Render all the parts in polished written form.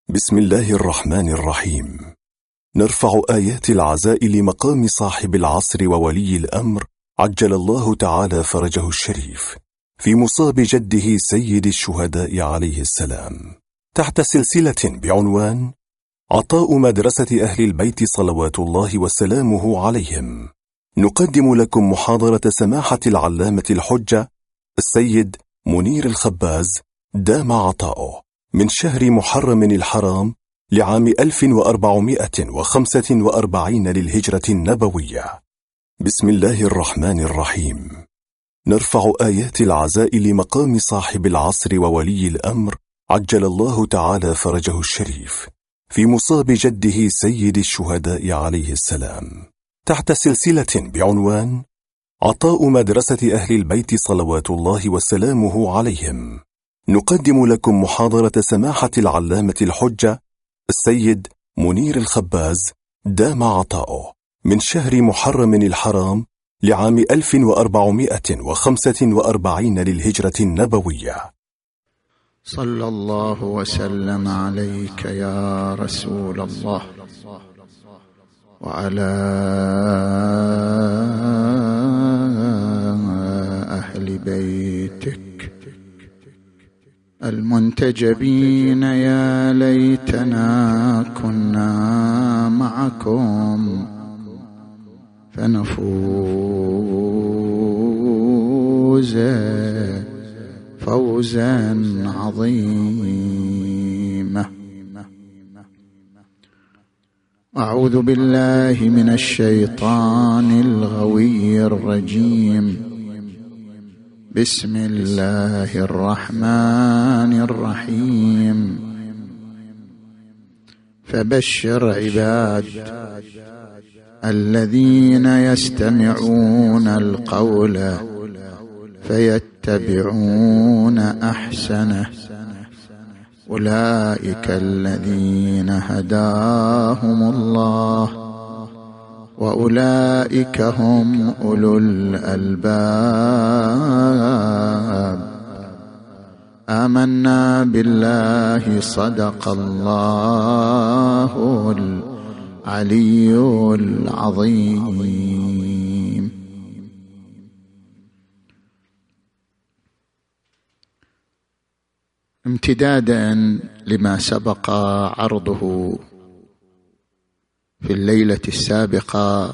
بسم الله الرحمن الرحيم. نرفع آيات العزاء لمقام صاحب العصر وولي الأمر عجل الله تعالى فرجه الشريف في مصاب جده سيد الشهداء عليه السلام، تحت سلسلة بعنوان عطاء مدرسة أهل البيت صلوات الله وسلامه عليهم. نقدم لكم محاضرة سماحة العلامة الحجة السيد منير الخباز دام عطاؤه من شهر محرم الحرام لعام 1445 للهجرة النبوية. بسم الله الرحمن الرحيم. نرفع آيات العزاء لمقام صاحب العصر وولي الأمر عجل الله تعالى فرجه الشريف في مصاب جده سيد الشهداء عليه السلام، تحت سلسلة بعنوان عطاء مدرسة أهل البيت صلوات الله وسلامه عليهم. نقدم لكم محاضرة سماحة العلامة الحجة السيد منير الخباز دام عطاؤه من شهر محرم الحرام لعام 1445 للهجرة النبوية. صلى الله وسلم عليك يا رسول الله وعلى أهل بيتك المنتجبين. يا ليتنا كنا معكم فنفوز فوزا عظيما. أعوذ بالله من الشيطان الغوي الرجيم. بسم الله الرحمن الرحيم. فبشر عباد الذين يستمعون القول فيتبعون أحسنه أولئك الذين هداهم الله وأولئك هم أولو الألباب. آمنا بالله صدق الله العلي العظيم. امتدادا لما سبق عرضه في الليلة السابقة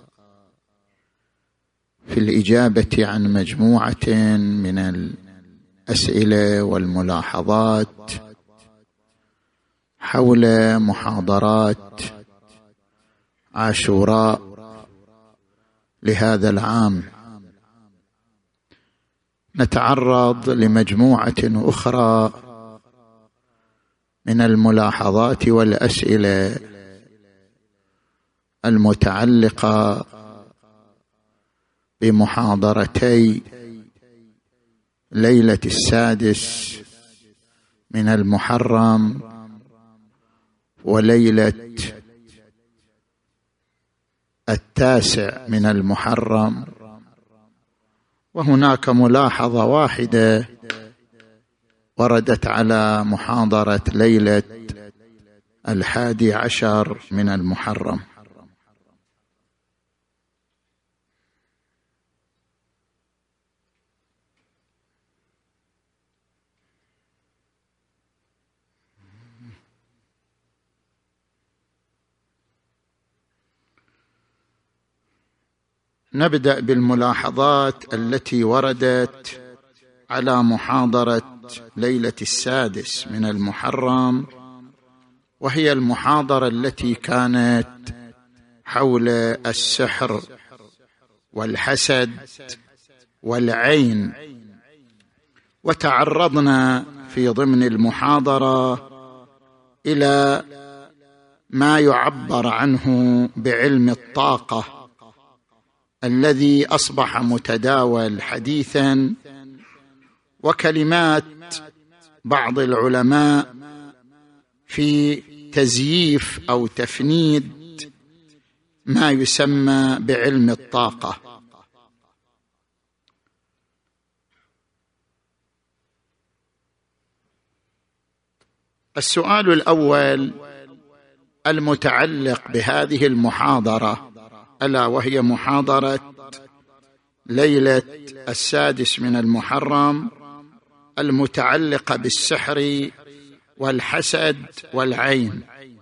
في الإجابة عن مجموعة من الأسئلة والملاحظات حول محاضرات عاشوراء لهذا العام، نتعرض لمجموعة أخرى من الملاحظات والأسئلة المتعلقة بمحاضرتي ليلة 6 من المحرم وليلة 9 من المحرم. وهناك ملاحظة واحدة وردت على محاضرة ليلة 11 من المحرم. نبدأ بالملاحظات التي وردت على محاضرة ليلة 6 من المحرم، وهي المحاضرة التي كانت حول السحر والحسد والعين. وتعرضنا في ضمن المحاضرة إلى ما يعبر عنه بعلم الطاقة الذي أصبح متداول حديثا، وكلمات بعض العلماء في تزييف أو تفنيد ما يسمى بعلم الطاقة. السؤال الأول المتعلق بهذه المحاضرة، ألا وهي محاضرة ليلة 6 من المحرم، المتعلقة بالسحر والحسد والعين.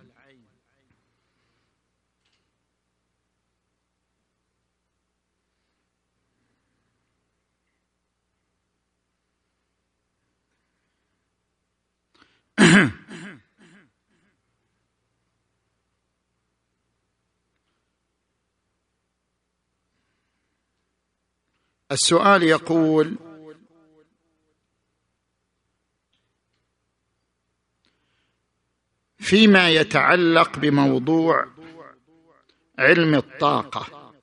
السؤال يقول: فيما يتعلق بموضوع علم الطاقة،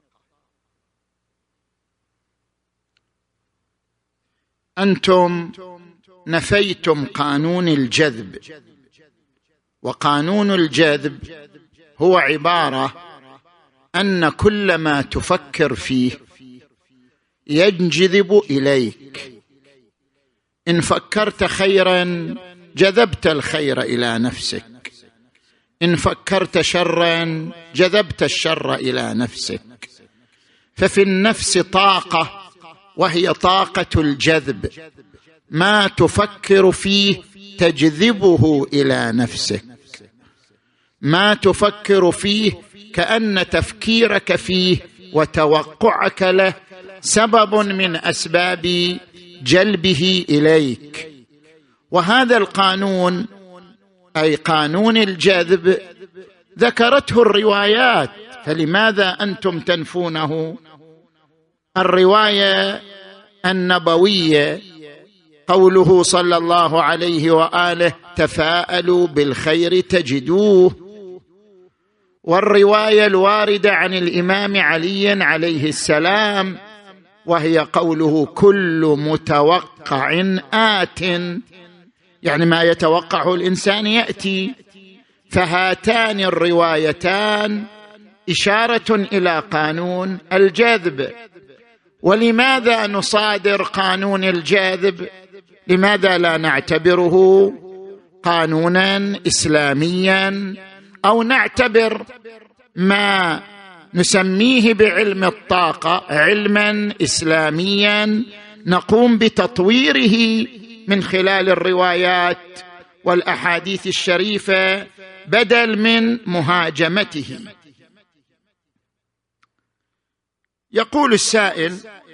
أنتم نفيتم قانون الجذب، وقانون الجذب هو عبارة أن كل ما تفكر فيه ينجذب إليك. إن فكرت خيرا جذبت الخير إلى نفسك، إن فكرت شرا جذبت الشر إلى نفسك. ففي النفس طاقة وهي طاقة الجذب، ما تفكر فيه تجذبه إلى نفسك، ما تفكر فيه كأن تفكيرك فيه وتوقعك له سبب من أسباب جلبه إليك. وهذا القانون أي قانون الجذب ذكرته الروايات، فلماذا أنتم تنفونه؟ الرواية النبوية قوله صلى الله عليه وآله: تفاءلوا بالخير تجدوه. والرواية الواردة عن الإمام علي عليه السلام وهي قوله: كل متوقع آت، يعني ما يتوقعه الإنسان يأتي. فهاتان الروايتان إشارة إلى قانون الجذب. ولماذا نصادر قانون الجذب؟ لماذا لا نعتبره قانونا إسلاميا، أو نعتبر ما نسميه بعلم الطاقة علما إسلاميا نقوم بتطويره من خلال الروايات والأحاديث الشريفة بدل من مهاجمته؟ يقول السائل: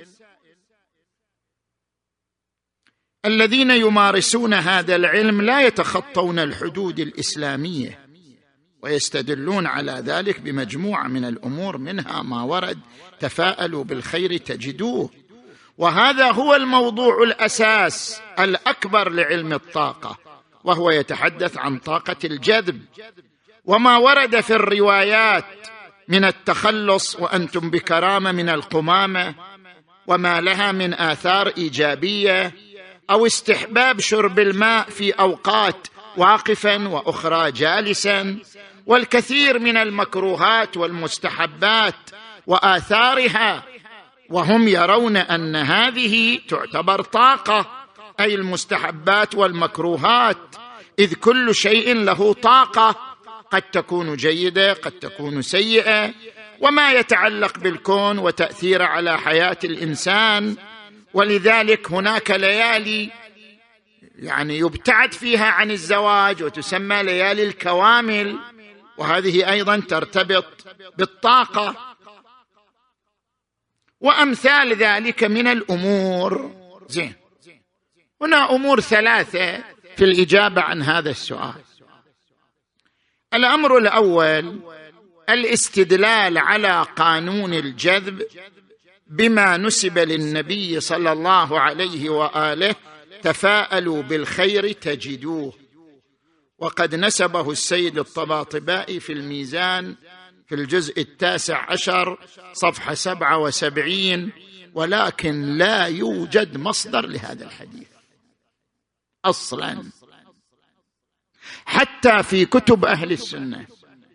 الذين يمارسون هذا العلم لا يتخطون الحدود الإسلامية، ويستدلون على ذلك بمجموعة من الأمور، منها ما ورد: تفاءلوا بالخير تجدوه. وهذا هو الموضوع الأساس الأكبر لعلم الطاقة، وهو يتحدث عن طاقة الجذب. وما ورد في الروايات من التخلص وأنتم بكرامة من القمامة وما لها من آثار إيجابية، أو استحباب شرب الماء في أوقات واقفا وأخرى جالسا، والكثير من المكروهات والمستحبات وآثارها، وهم يرون أن هذه تعتبر طاقة، أي المستحبات والمكروهات، إذ كل شيء له طاقة، قد تكون جيدة قد تكون سيئة، وما يتعلق بالكون وتأثير على حياة الإنسان. ولذلك هناك ليالي يعني يبتعد فيها عن الزواج وتسمى ليالي الكوامل، وهذه أيضا ترتبط بالطاقة، وأمثال ذلك من الأمور. زين، هنا أمور 3 في الإجابة عن هذا السؤال. الأمر الأول: الاستدلال على قانون الجذب بما نسب للنبي صلى الله عليه وآله: تفاءلوا بالخير تجدوه. وقد نسبه السيد الطباطبائي في الميزان في الجزء 19 صفحة 77، ولكن لا يوجد مصدر لهذا الحديث أصلا، حتى في كتب أهل السنة.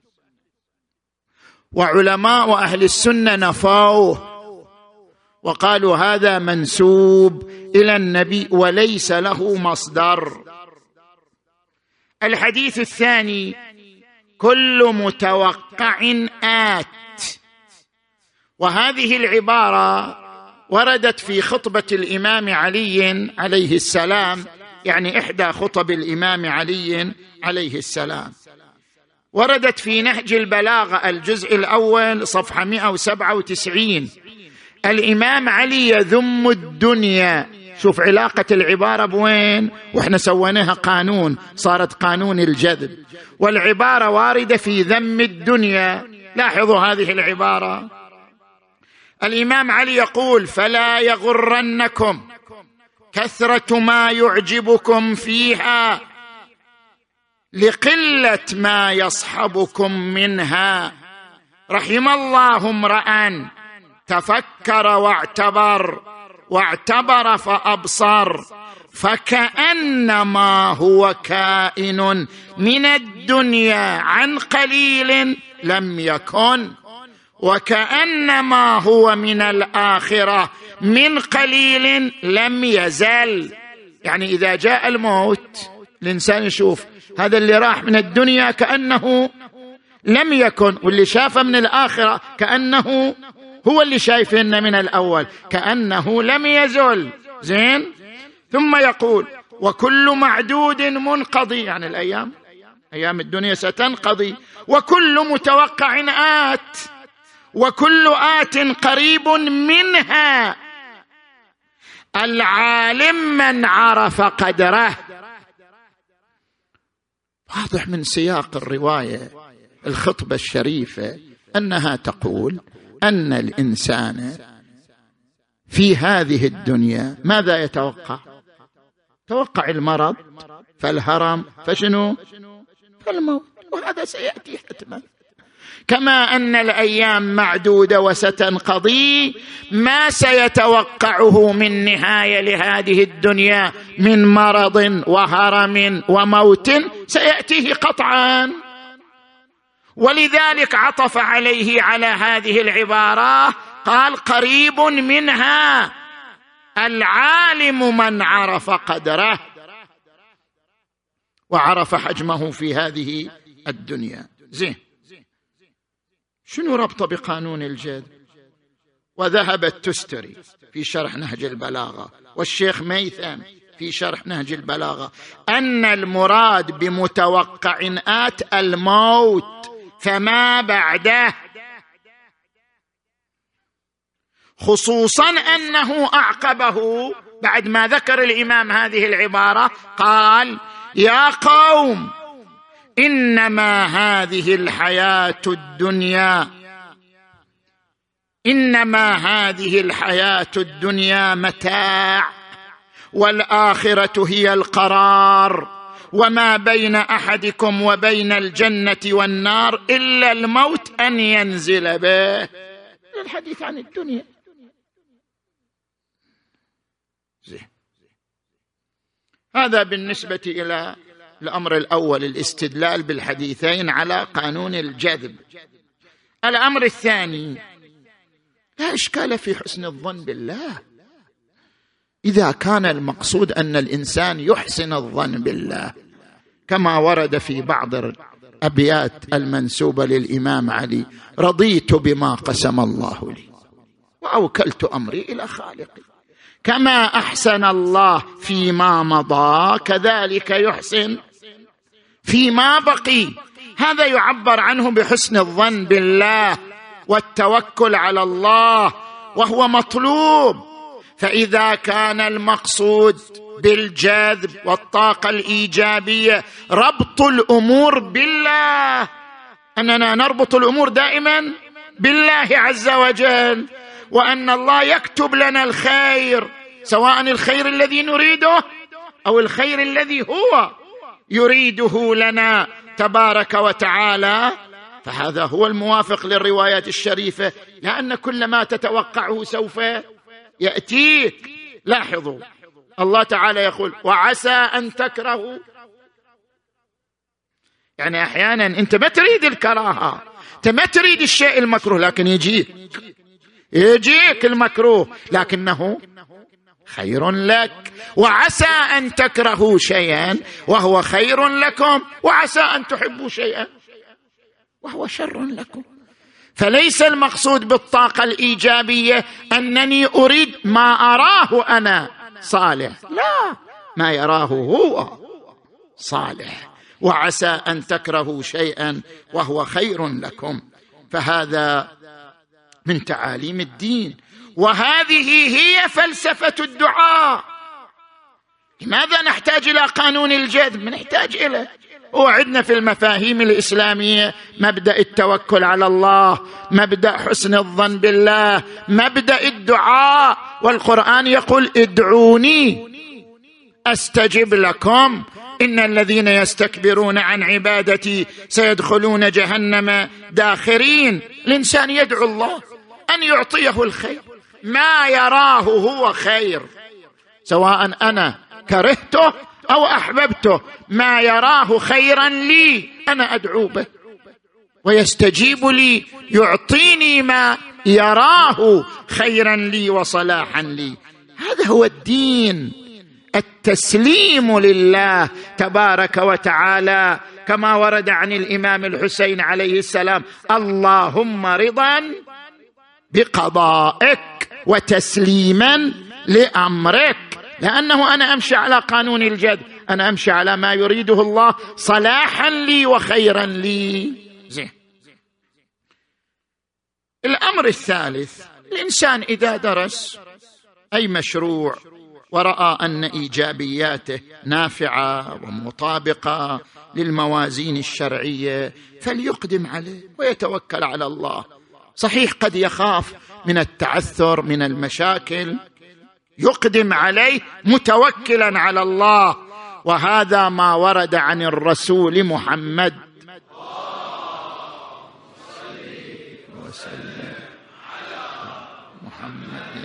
وعلماء أهل السنة نفوه وقالوا هذا منسوب إلى النبي وليس له مصدر. الحديث الثاني: كل متوقع آت. وهذه العبارة وردت في خطبة الإمام علي عليه السلام، يعني إحدى خطب الإمام علي عليه السلام. وردت في نهج البلاغة الجزء الأول صفحة 197. الإمام علي يذم الدنيا. شوف علاقة العبارة بوين، وإحنا سويناها قانون، صارت قانون الجذب، والعبارة واردة في ذم الدنيا. لاحظوا هذه العبارة. الإمام علي يقول: فلا يغرنكم كثرة ما يعجبكم فيها لقلة ما يصحبكم منها. رحم الله امرأ تفكر واعتبر فأبصر، فكأنما هو كائن من الدنيا عن قليل لم يكن، وكأنما هو من الآخرة من قليل لم يزل. يعني إذا جاء الموت الإنسان يشوف هذا اللي راح من الدنيا كأنه لم يكن، واللي شافه من الآخرة كأنه هو اللي شايفنا من الأول، كأنه لم يزل. زين. ثم يقول: وكل معدود منقضي، يعني أيام الدنيا ستنقضي. وكل متوقع آت، وكل آت قريب منها. العالم من عرف قدره. واضح من سياق الرواية الخطبة الشريفة أنها تقول أن الإنسان في هذه الدنيا ماذا يتوقع؟ توقع المرض، فالهرم، فشنو؟ فالموت. وهذا سيأتي حتما. كما أن الأيام معدودة وستنقضي، ما سيتوقعه من نهاية لهذه الدنيا من مرض وهرم وموت سيأتيه قطعا. ولذلك عطف عليه على هذه العبارة، قال: قريب منها. العالم من عرف قدره وعرف حجمه في هذه الدنيا. زين. شنو ربط بقانون الجذب؟ وذهب التستري في شرح نهج البلاغة والشيخ ميثم في شرح نهج البلاغة أن المراد بمتوقع آت الموت فما بعده، خصوصا أنه أعقبه بعد ما ذكر الإمام هذه العبارة قال: يا قوم إنما هذه الحياة الدنيا متاع، والآخرة هي القرار، وما بين أحدكم وبين الجنة والنار إلا الموت أن ينزل به. الحديث عن الدنيا. هذا بالنسبة إلى الأمر الأول، الاستدلال بالحديثين على قانون الجذب. الأمر الثاني: لا إشكال في حسن الظن بالله إذا كان المقصود أن الإنسان يحسن الظن بالله، كما ورد في بعض الأبيات المنسوبة للإمام علي: رضيت بما قسم الله لي وأوكلت أمري إلى خالقي. كما أحسن الله فيما مضى كذلك يحسن فيما بقي. هذا يعبر عنه بحسن الظن بالله والتوكل على الله، وهو مطلوب. فإذا كان المقصود بالجذب والطاقة الإيجابية ربط الأمور بالله، أننا نربط الأمور دائما بالله عز وجل، وأن الله يكتب لنا الخير، سواء الخير الذي نريده أو الخير الذي هو يريده لنا تبارك وتعالى. فهذا هو الموافق للروايات الشريفة، لأن كل ما تتوقعه سوف يأتيك. لاحظوا الله تعالى يقول: وعسى أن تكرهوا. يعني أحيانا أنت ما تريد الكراهة، أنت ما تريد الشيء المكروه، لكن يجيك المكروه، لكنه خير لك، وعسى أن تكرهوا شيئا وهو خير لكم، وعسى أن تحبوا شيئا وهو شر لكم. فليس المقصود بالطاقة الإيجابية أنني أريد ما أراه أنا صالح، لا، ما يراه هو صالح. وعسى أن تكرهوا شيئا وهو خير لكم، فهذا من تعاليم الدين، وهذه هي فلسفة الدعاء. لماذا نحتاج إلى قانون الجذب؟ نحتاج إليه. وعدنا في المفاهيم الإسلامية مبدأ التوكل على الله، مبدأ حسن الظن بالله، مبدأ الدعاء. والقرآن يقول ادعوني أستجب لكم، إن الذين يستكبرون عن عبادتي سيدخلون جهنم داخرين. الإنسان يدعو الله أن يعطيه الخير، ما يراه هو خير، سواء أنا كرهته أو أحببته، ما يراه خيرا لي أنا أدعو به ويستجيب لي، يعطيني ما يراه خيرا لي وصلاحا لي. هذا هو الدين، التسليم لله تبارك وتعالى، كما ورد عن الإمام الحسين عليه السلام: اللهم رضا بقضائك وتسليما لأمرك. لأنه أنا أمشي على قانون الجذب، أنا أمشي على ما يريده الله صلاحا لي وخيرا لي. زين. الأمر الثالث: الإنسان إذا درس أي مشروع ورأى أن إيجابياته نافعة ومطابقة للموازين الشرعية فليقدم عليه ويتوكل على الله. صحيح قد يخاف من التعثر، من المشاكل، يقدم عليه متوكلا على الله. وهذا ما ورد عن الرسول محمد وسلم على محمد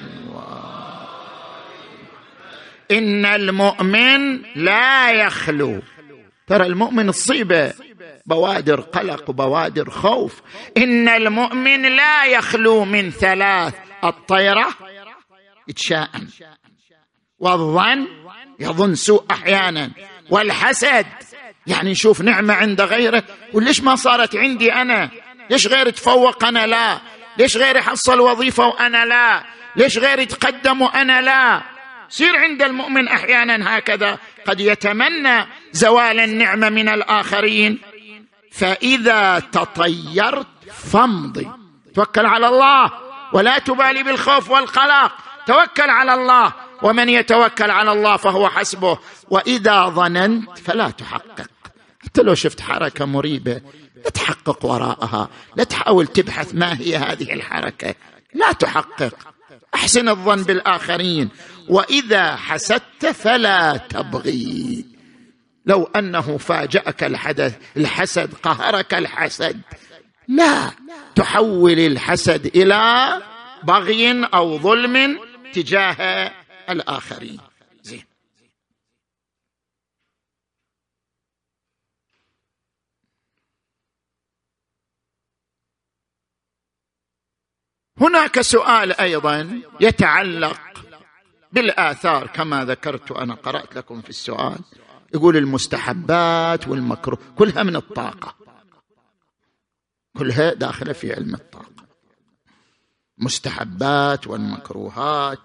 إن المؤمن لا يخلو. ترى المؤمن تصيبه بوادر قلق وبوادر خوف. إن المؤمن لا يخلو من ثلاث: الطيرة يتشائم، والظن يظن سوء أحيانا، والحسد يعني يشوف نعمة عند غيره وليش ما صارت عندي أنا، ليش غير تفوق أنا لا، ليش غير يحصل وظيفة وأنا لا، ليش غير يتقدم وأنا لا. سير عند المؤمن أحيانا هكذا، قد يتمنى زوال النعمة من الآخرين. فإذا تطيرت فامضي، توكل على الله ولا تبالي بالخوف والقلق، توكل على الله، ومن يتوكل على الله فهو حسبه. وإذا ظننت فلا تحقق، حتى لو شفت حركة مريبة لا تحقق وراءها، لا تحاول تبحث ما هي هذه الحركة، لا تحقق، أحسن الظن بالآخرين. وإذا حسدت فلا تبغي، لو أنه فاجأك الحسد، قهرك الحسد، لا تحول الحسد إلى بغي أو ظلم تجاه الآخرين. زين. هناك سؤال أيضا يتعلق بالآثار كما ذكرت، أنا قرأت لكم في السؤال، يقول المستحبات والمكروه كلها من الطاقة، كلها داخلة في علم الطاقة. مستحبات والمكروهات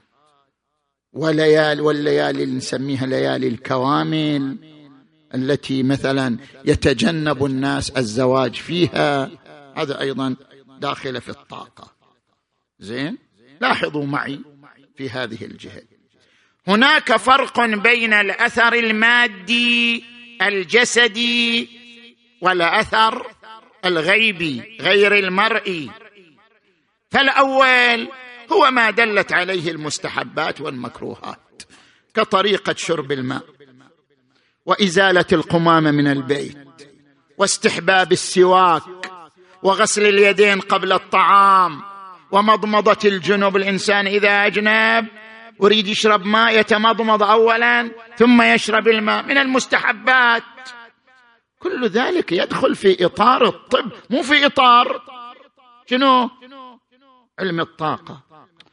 والليالي اللي نسميها ليالي الكوامل التي مثلا يتجنب الناس الزواج فيها، هذا أيضا داخلة في الطاقة. زين، لاحظوا معي في هذه الجهة. هناك فرق بين الأثر المادي الجسدي والأثر الغيبي غير المرئي. فالأول هو ما دلت عليه المستحبات والمكروهات، كطريقة شرب الماء، وإزالة القمامة من البيت، واستحباب السواك، وغسل اليدين قبل الطعام، ومضمضة الجنب. الإنسان إذا أجنب يريد يشرب ماء يتمضمض أولا ثم يشرب الماء، من المستحبات. كل ذلك يدخل في إطار الطب، مو في إطار شنو؟ علم الطاقة.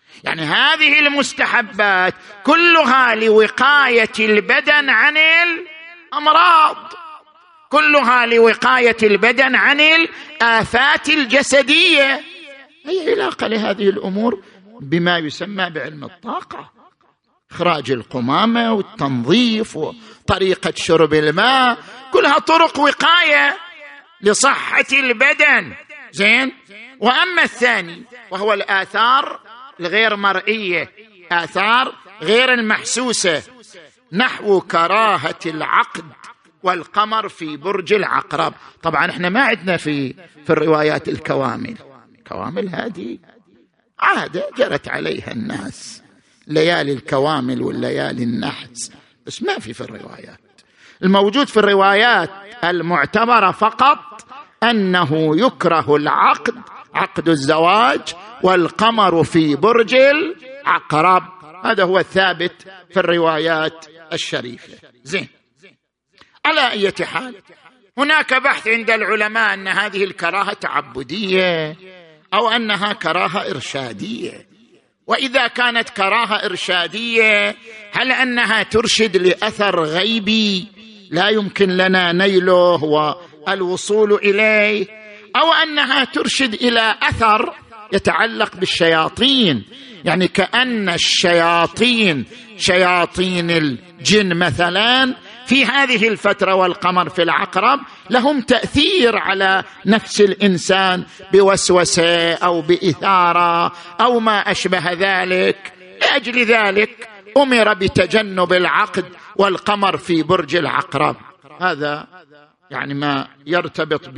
يعني هذه المستحبات كلها لوقاية البدن عن الأمراض، كلها لوقاية البدن عن الآفات الجسدية. أي علاقة لهذه الأمور بما يسمى بعلم الطاقة؟ إخراج القمامة والتنظيف وطريقة شرب الماء كلها طرق وقاية لصحة البدن. زين. وأما الثاني وهو الآثار الغير مرئية، آثار غير المحسوسة، نحو كراهة العقد والقمر في برج العقرب. طبعا احنا ما عندنا في الروايات الكوامل هذه عادة جرت عليها الناس، ليالي الكوامل والليالي النحس، بس ما في الروايات. الموجود في الروايات المعتبرة فقط أنه يكره العقد، عقد الزواج، والقمر في برج العقرب. هذا هو الثابت في الروايات الشريفة. زين. على أي حال هناك بحث عند العلماء أن هذه الكراهة تعبدية أو أنها كراهة إرشادية. وإذا كانت كراهة إرشادية هل أنها ترشد لأثر غيبي لا يمكن لنا نيله والوصول إليه، أو أنها ترشد إلى أثر يتعلق بالشياطين؟ يعني كأن الشياطين، شياطين الجن مثلا، في هذه الفترة والقمر في العقرب لهم تأثير على نفس الإنسان بوسوسة أو بإثارة أو ما أشبه ذلك. لأجل ذلك أمر بتجنب العقد والقمر في برج العقرب. هذا يعني ما يرتبط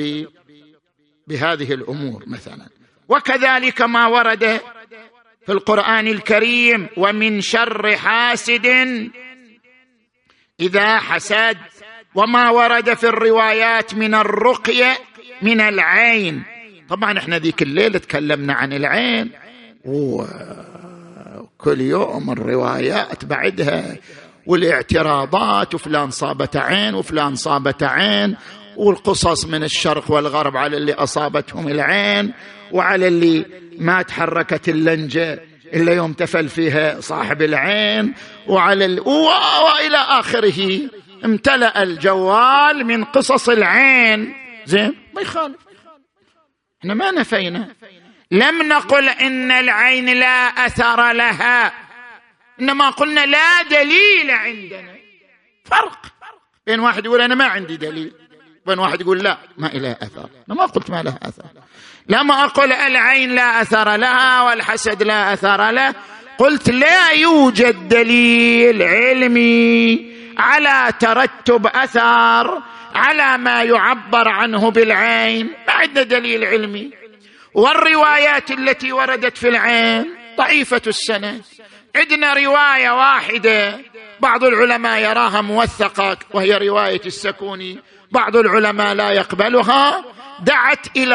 بهذه الأمور مثلا. وكذلك ما ورد في القرآن الكريم: ومن شر حاسد إذا حسد، وما ورد في الروايات من الرقية من العين. طبعا احنا ذيك الليلة تكلمنا عن العين، وكل يوم الروايات بعدها والاعتراضات، وفلان صابت عين وفلان صابت عين، والقصص من الشرق والغرب على اللي أصابتهم العين وعلى اللي ما تحركت اللنجة إلا يوم تفل فيها صاحب العين، وإلى آخره. امتلأ الجوال من قصص العين. زين، ما يخالف، احنا ما نفينا، لم نقل إن العين لا أثر لها، إنما قلنا لا دليل عندنا. فرق بين واحد يقول أنا ما عندي دليل، وبين واحد يقول لا ما إله أثر. أنا ما قلت ما له أثر، لما أقول العين لا أثر لها والحسد لا أثر له، قلت لا يوجد دليل علمي على ترتب أثر على ما يعبر عنه بالعين، ما عندنا دليل علمي. والروايات التي وردت في العين ضعيفة السند. عندنا رواية واحدة بعض العلماء يراها موثقة وهي رواية السكوني، بعض العلماء لا يقبلها، دعت إلى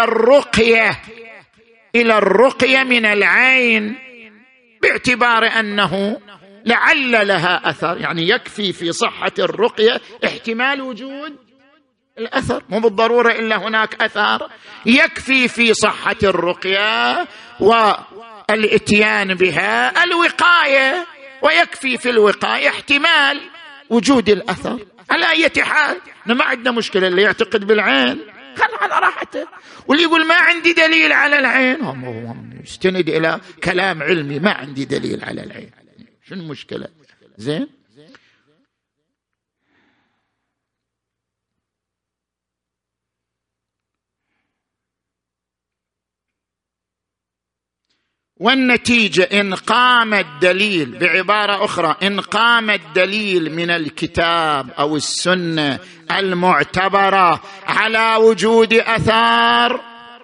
الرقية من العين، باعتبار أنه لعل لها أثر. يعني يكفي في صحة الرقية احتمال وجود الأثر، مو بالضرورة إلا هناك أثر. يكفي في صحة الرقية والإتيان بها الوقاية، ويكفي في الوقاية احتمال وجود الأثر. على أي حال ما عندنا مشكلة، اللي يعتقد بالعين خل على راحته، واللي يقول ما عندي دليل على العين هم يستند إلى كلام علمي، ما عندي دليل على العين، شنو المشكلة؟ زين. والنتيجة إن قام الدليل، بعبارة أخرى إن قام الدليل من الكتاب أو السنة المعتبرة على وجود أثار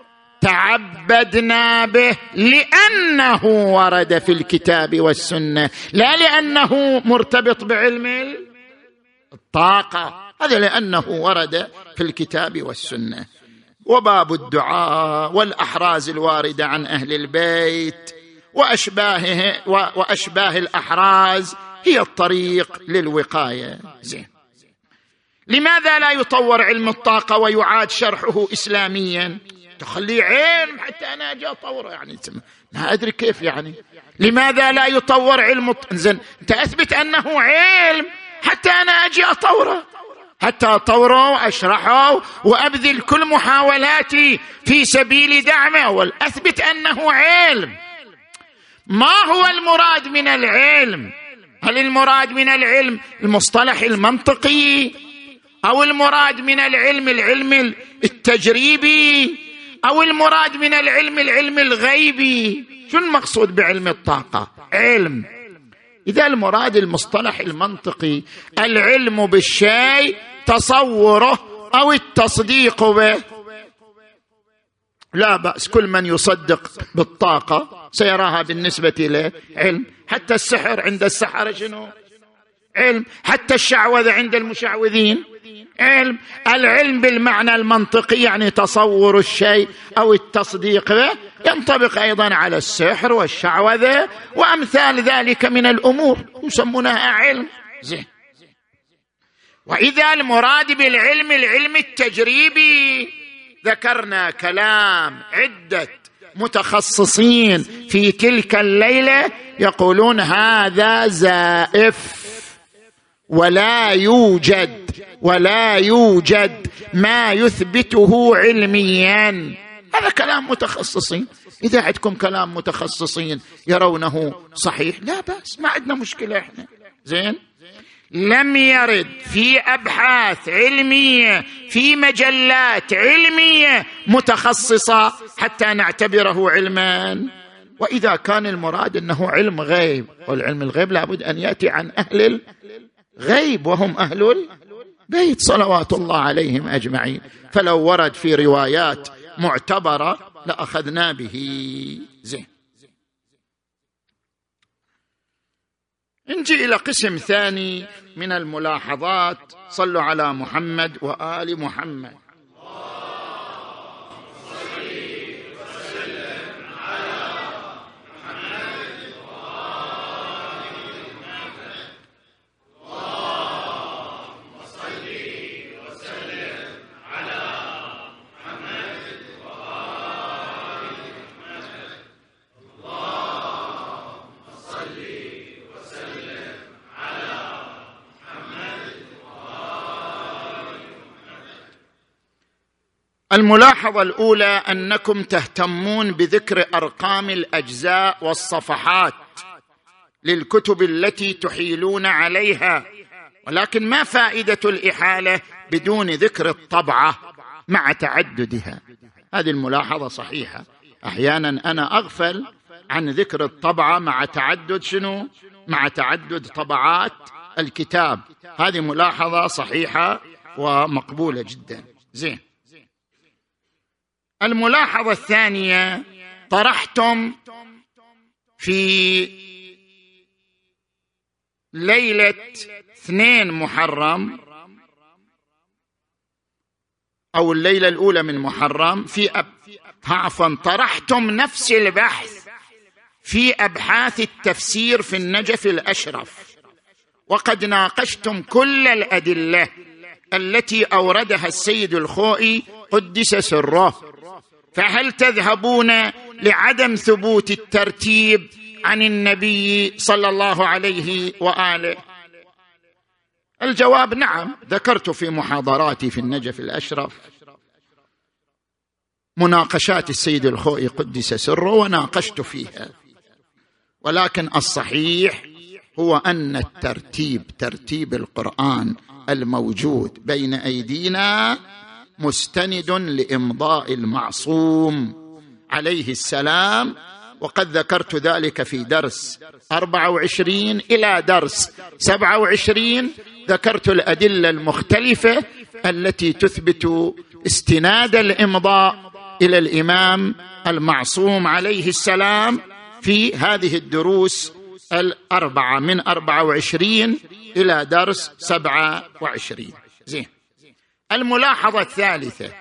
تعبدنا به لأنه ورد في الكتاب والسنة، لا لأنه مرتبط بعلم الطاقة، هذا لأنه ورد في الكتاب والسنة. وباب الدعاء والأحراز الواردة عن أهل البيت وأشباه الأحراز هي الطريق للوقاية. زين. لماذا لا يطور علم الطاقة ويعاد شرحه إسلاميا؟ تخليه علم حتى أنا أجي أطوره، يعني ما أدري كيف، يعني لماذا لا يطور علم؟ إنزين أنت أثبت أنه علم حتى أنا أجي أطوره، حتى أطوره وأشرحه وأبذل كل محاولاتي في سبيل دعمه وأثبت أنه علم. ما هو المراد من العلم؟ هل المراد من العلم المصطلح المنطقي، أو المراد من العلم التجريبي، أو المراد من العلم الغيبي؟ شو المقصود بعلم الطاقة؟ علم. إذا المراد المصطلح المنطقي العلم بالشيء تصوره أو التصديق به، لا بأس، كل من يصدق بالطاقة سيراها بالنسبة له علم. حتى السحر عند السحرة شنو؟ علم. حتى الشعوذة عند المشعوذين علم. العلم بالمعنى المنطقي يعني تصور الشيء أو التصديق به، ينطبق أيضا على السحر والشعوذة وأمثال ذلك من الأمور يسمونها علم. زين. وإذا المراد بالعلم العلم التجريبي، ذكرنا كلام عدة متخصصين في تلك الليلة يقولون هذا زائف، ولا يوجد ما يثبته علميا. هذا كلام متخصصين. إذا عندكم كلام متخصصين يرونه صحيح لا بأس، ما عندنا مشكلة احنا. زين. لم يرد في أبحاث علمية في مجلات علمية متخصصة حتى نعتبره علما. وإذا كان المراد أنه علم غيب، والعلم الغيب لابد أن يأتي عن أهل الغيب وهم أهل البيت صلوات الله عليهم أجمعين، فلو ورد في روايات معتبرة لأخذنا به. زين. نجي إلى قسم ثاني من الملاحظات. صلوا على محمد وآل محمد. الملاحظة الأولى أنكم تهتمون بذكر أرقام الأجزاء والصفحات للكتب التي تحيلون عليها، ولكن ما فائدة الإحالة بدون ذكر الطبعة مع تعددها؟ هذه الملاحظة صحيحة. أحيانا أنا أغفل عن ذكر الطبعة مع تعدد شنو؟ مع تعدد طبعات الكتاب. هذه ملاحظة صحيحة ومقبولة جدا. زين. الملاحظة الثانية، طرحتم في ليلة 2 محرم أو الليلة الأولى من محرم طرحتم نفس البحث في أبحاث التفسير في النجف الأشرف، وقد ناقشتم كل الأدلة التي أوردها السيد الخوئي قدس سره، فهل تذهبون لعدم ثبوت الترتيب عن النبي صلى الله عليه وآله؟ الجواب نعم. ذكرت في محاضراتي في النجف الأشرف مناقشات السيد الخوئي قدس سره وناقشت فيها، ولكن الصحيح هو أن الترتيب، ترتيب القرآن الموجود بين أيدينا مستند لإمضاء المعصوم عليه السلام، وقد ذكرت ذلك في درس 24 إلى درس 27. ذكرت الأدلة المختلفة التي تثبت استناد الإمضاء إلى الإمام المعصوم عليه السلام في هذه الدروس 4 من 24 إلى درس 27. زين. الملاحظة الثالثة،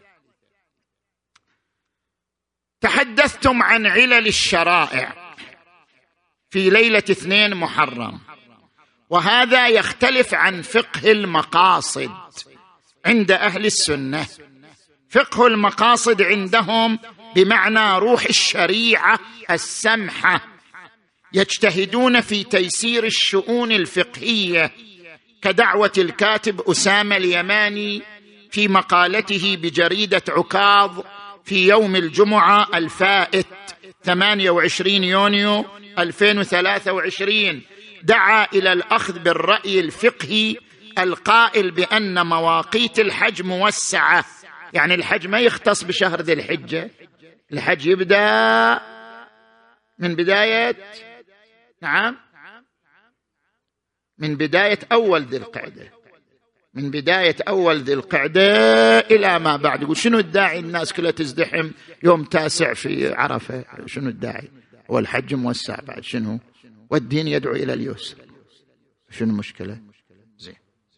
تحدثتم عن علل الشرائع في ليلة 2 محرم، وهذا يختلف عن فقه المقاصد عند أهل السنة، فقه المقاصد عندهم بمعنى روح الشريعة السمحة، يجتهدون في تيسير الشؤون الفقهية، كدعوة الكاتب أسامة اليماني في مقالته بجريدة عكاظ في يوم الجمعة الفائت 28 يونيو 2023، دعا إلى الأخذ بالرأي الفقهي القائل بأن مواقيت الحج موسعة، يعني الحج ما يختص بشهر ذي الحجة، الحج يبدأ من بداية من بداية أول ذي القعدة، من بداية أول ذي القعدة إلى ما بعد. يقول شنو الداعي الناس كلها تزدحم يوم 9 في عرفة؟ شنو الداعي؟ والحج موسع بعد شنو؟ والدين يدعو إلى اليسر، شنو المشكلة؟ زين.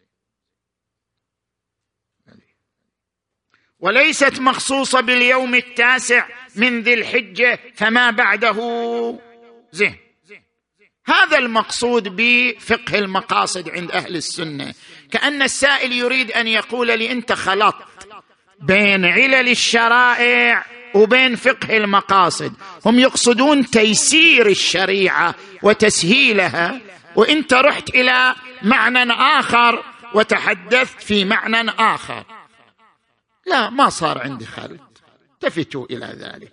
وليست مخصوصة باليوم 9 من ذي الحجة فما بعده. زين. هذا المقصود بفقه المقاصد عند أهل السنة. كأن السائل يريد أن يقول لي أنت خلطت بين علل الشرائع وبين فقه المقاصد، هم يقصدون تيسير الشريعة وتسهيلها، وأنت رحت إلى معنى آخر وتحدثت في معنى آخر. لا، ما صار عندي خلط، التفتوا إلى ذلك.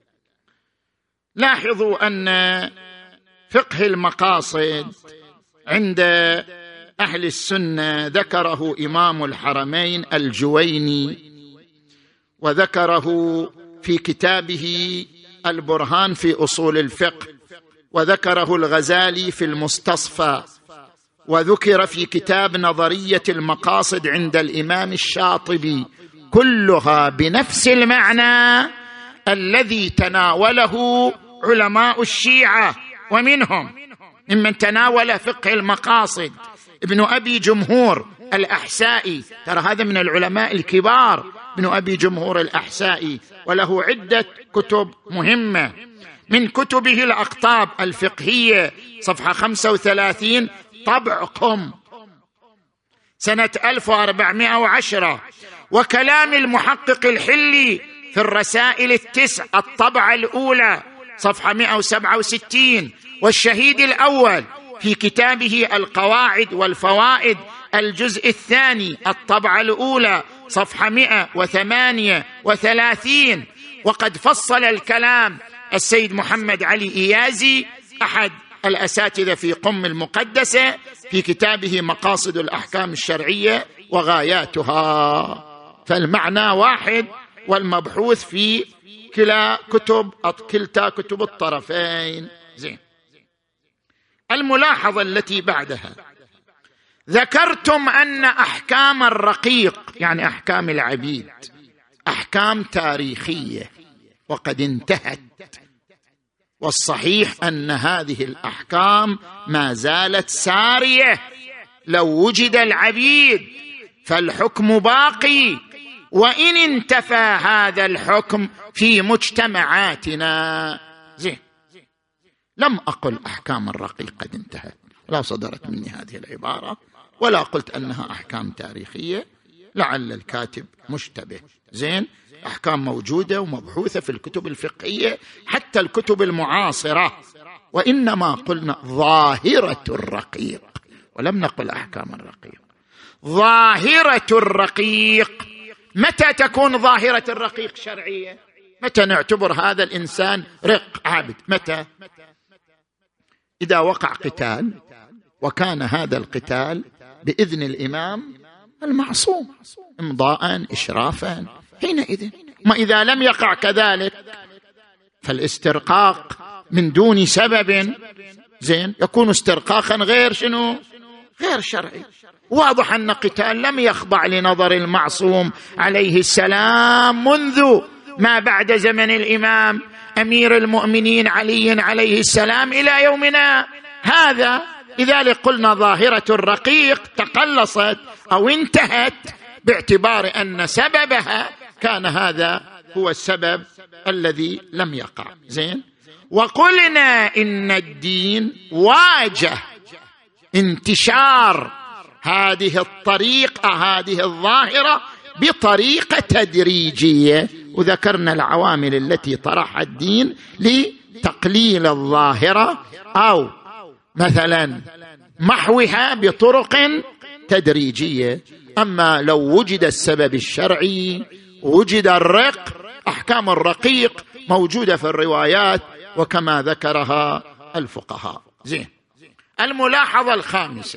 لاحظوا أن فقه المقاصد عند أهل السنة ذكره إمام الحرمين الجويني، وذكره في كتابه البرهان في أصول الفقه، وذكره الغزالي في المستصفى، وذكر في كتاب نظرية المقاصد عند الإمام الشاطبي، كلها بنفس المعنى الذي تناوله علماء الشيعة، ومنهم ممن تناول فقه المقاصد ابن أبي جمهور الأحسائي، ترى هذا من العلماء الكبار ابن أبي جمهور الأحسائي، وله عدة كتب مهمة. من كتبه الأقطاب الفقهية صفحة 35 طبع قم سنة 1410، وكلام المحقق الحلي في الرسائل 9 الطبعة الأولى صفحة 167، والشهيد الأول في كتابه القواعد والفوائد الجزء الثاني الطبعة الأولى صفحة 138. وقد فصل الكلام السيد محمد علي إيازي أحد الأساتذة في قم المقدسة في كتابه مقاصد الأحكام الشرعية وغاياتها. فالمعنى واحد والمبحوث في كلتا كتب الطرفين. زين. الملاحظة التي بعدها، ذكرتم أن أحكام الرقيق يعني أحكام العبيد أحكام تاريخية وقد انتهت، والصحيح أن هذه الأحكام ما زالت سارية، لو وجد العبيد فالحكم باقي، وإن انتفى هذا الحكم في مجتمعاتنا. زين. لم أقل أحكام الرقيق قد انتهت، لا صدرت مني هذه العبارة، ولا قلت أنها أحكام تاريخية، لعل الكاتب مشتبه. زين. أحكام موجودة ومبحوثة في الكتب الفقهية حتى الكتب المعاصرة، وإنما قلنا ظاهرة الرقيق ولم نقل أحكام الرقيق. ظاهرة الرقيق، متى تكون ظاهرة الرقيق شرعية؟ متى نعتبر هذا الإنسان رق عابد؟ متى؟ إذا وقع قتال وكان هذا القتال بإذن الإمام المعصوم إمضاء إشرافا، حينئذ. ما إذا لم يقع كذلك فالاسترقاق من دون سبب زين يكون استرقاقا غير شنو؟ غير شرعي. واضح أن قتال لم يخضع لنظر المعصوم عليه السلام منذ ما بعد زمن الإمام أمير المؤمنين علي عليه السلام إلى يومنا هذا. لذلك قلنا ظاهرة الرقيق تقلصت أو انتهت باعتبار أن سببها كان هذا هو السبب الذي لم يقع. زين. وقلنا إن الدين واجه انتشار هذه الطريقة، هذه الظاهرة بطريقة تدريجية، وذكرنا العوامل التي طرحها الدين لتقليل الظاهرة أو مثلا محوها بطرق تدريجية. أما لو وجد السبب الشرعي، وجد الرق، أحكام الرقيق موجودة في الروايات وكما ذكرها الفقهاء. زين. الملاحظة الخامسة: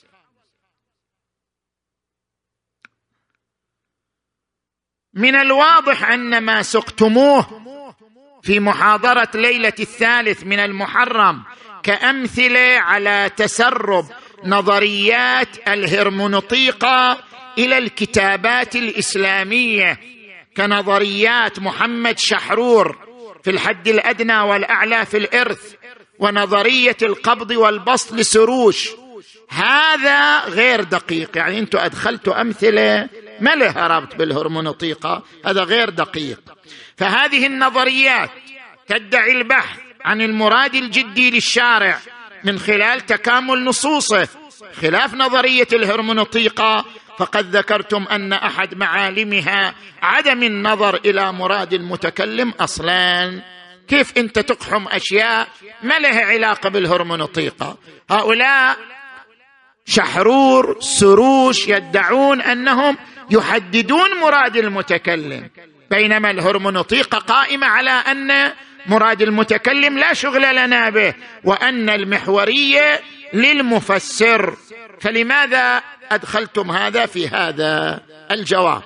من الواضح أن ما سقتموه في محاضرة ليلة 3 من المحرم كأمثلة على تسرب نظريات الهرمنوطيقة إلى الكتابات الإسلامية كنظريات محمد شحرور في الحد الأدنى والأعلى في الإرث، ونظرية القبض والبسط لسروش، هذا غير دقيق. يعني أنتم أدخلتوا أمثلة ما لها ربط بالهرمونوطيقة، هذا غير دقيق. فهذه النظريات تدعي البحث عن المراد الجدي للشارع من خلال تكامل نصوصه، خلاف نظرية الهرمونوطيقة، فقد ذكرتم أن أحد معالمها عدم النظر إلى مراد المتكلم أصلاً. كيف أنت تقحم أشياء ما لها علاقة بالهرمونوطيقة؟ هؤلاء شحرور سروش يدعون أنهم يحددون مراد المتكلم، بينما الهرمونوطيقة قائمة على أن مراد المتكلم لا شغل لنا به، وأن المحورية للمفسر. فلماذا أدخلتم هذا في هذا؟ الجواب: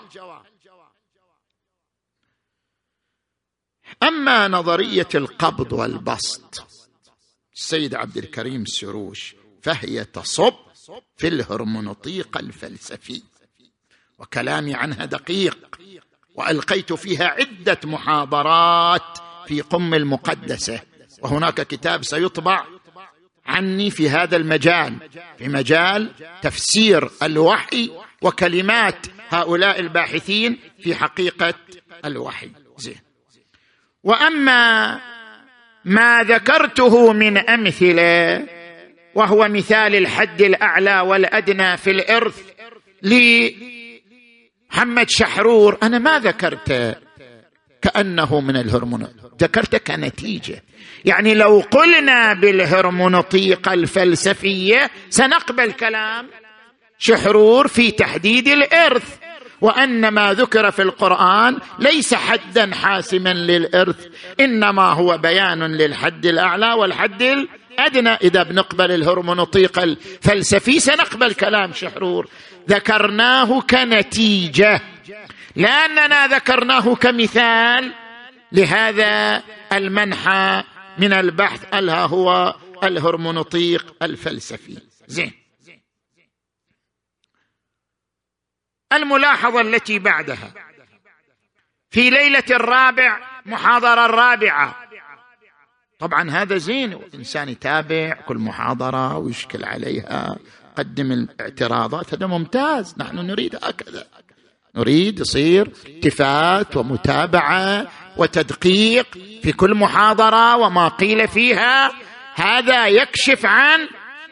أما نظرية القبض والبسط السيد عبد الكريم السروش فهي تصب في الهرمونوطيقة الفلسفي، وكلامي عنها دقيق، وألقيت فيها عدة محاضرات في قم المقدسة، وهناك كتاب سيطبع عني في هذا المجال، في مجال تفسير الوحي وكلمات هؤلاء الباحثين في حقيقة الوحي. زين. وأما ما ذكرته من أمثلة، وهو مثال الحد الأعلى والأدنى في الإرث لمحمد شحرور، أنا ما ذكرته كأنه من الهرمونات، ذكرته كنتيجة. يعني لو قلنا بالهرمونوطيقة الفلسفية سنقبل كلام شحرور في تحديد الإرث، وأن ما ذكر في القرآن ليس حدا حاسما للإرث، إنما هو بيان للحد الأعلى والحد الأدنى. إذا بنقبل الهرمونوطيقة الفلسفي سنقبل كلام شحرور، ذكرناه كنتيجة، لأننا ذكرناه كمثال لهذا المنحى من البحث، ألا هو الهرمونوطيق الفلسفي. زين. الملاحظة التي بعدها: في ليلة 4 محاضرة 4، طبعا هذا زين، الإنسان يتابع كل محاضرة ويشكل عليها، قدم الاعتراضات، هذا ممتاز، نحن نريد هكذا، نريد يصير التفات ومتابعة وتدقيق في كل محاضرة وما قيل فيها. هذا يكشف عن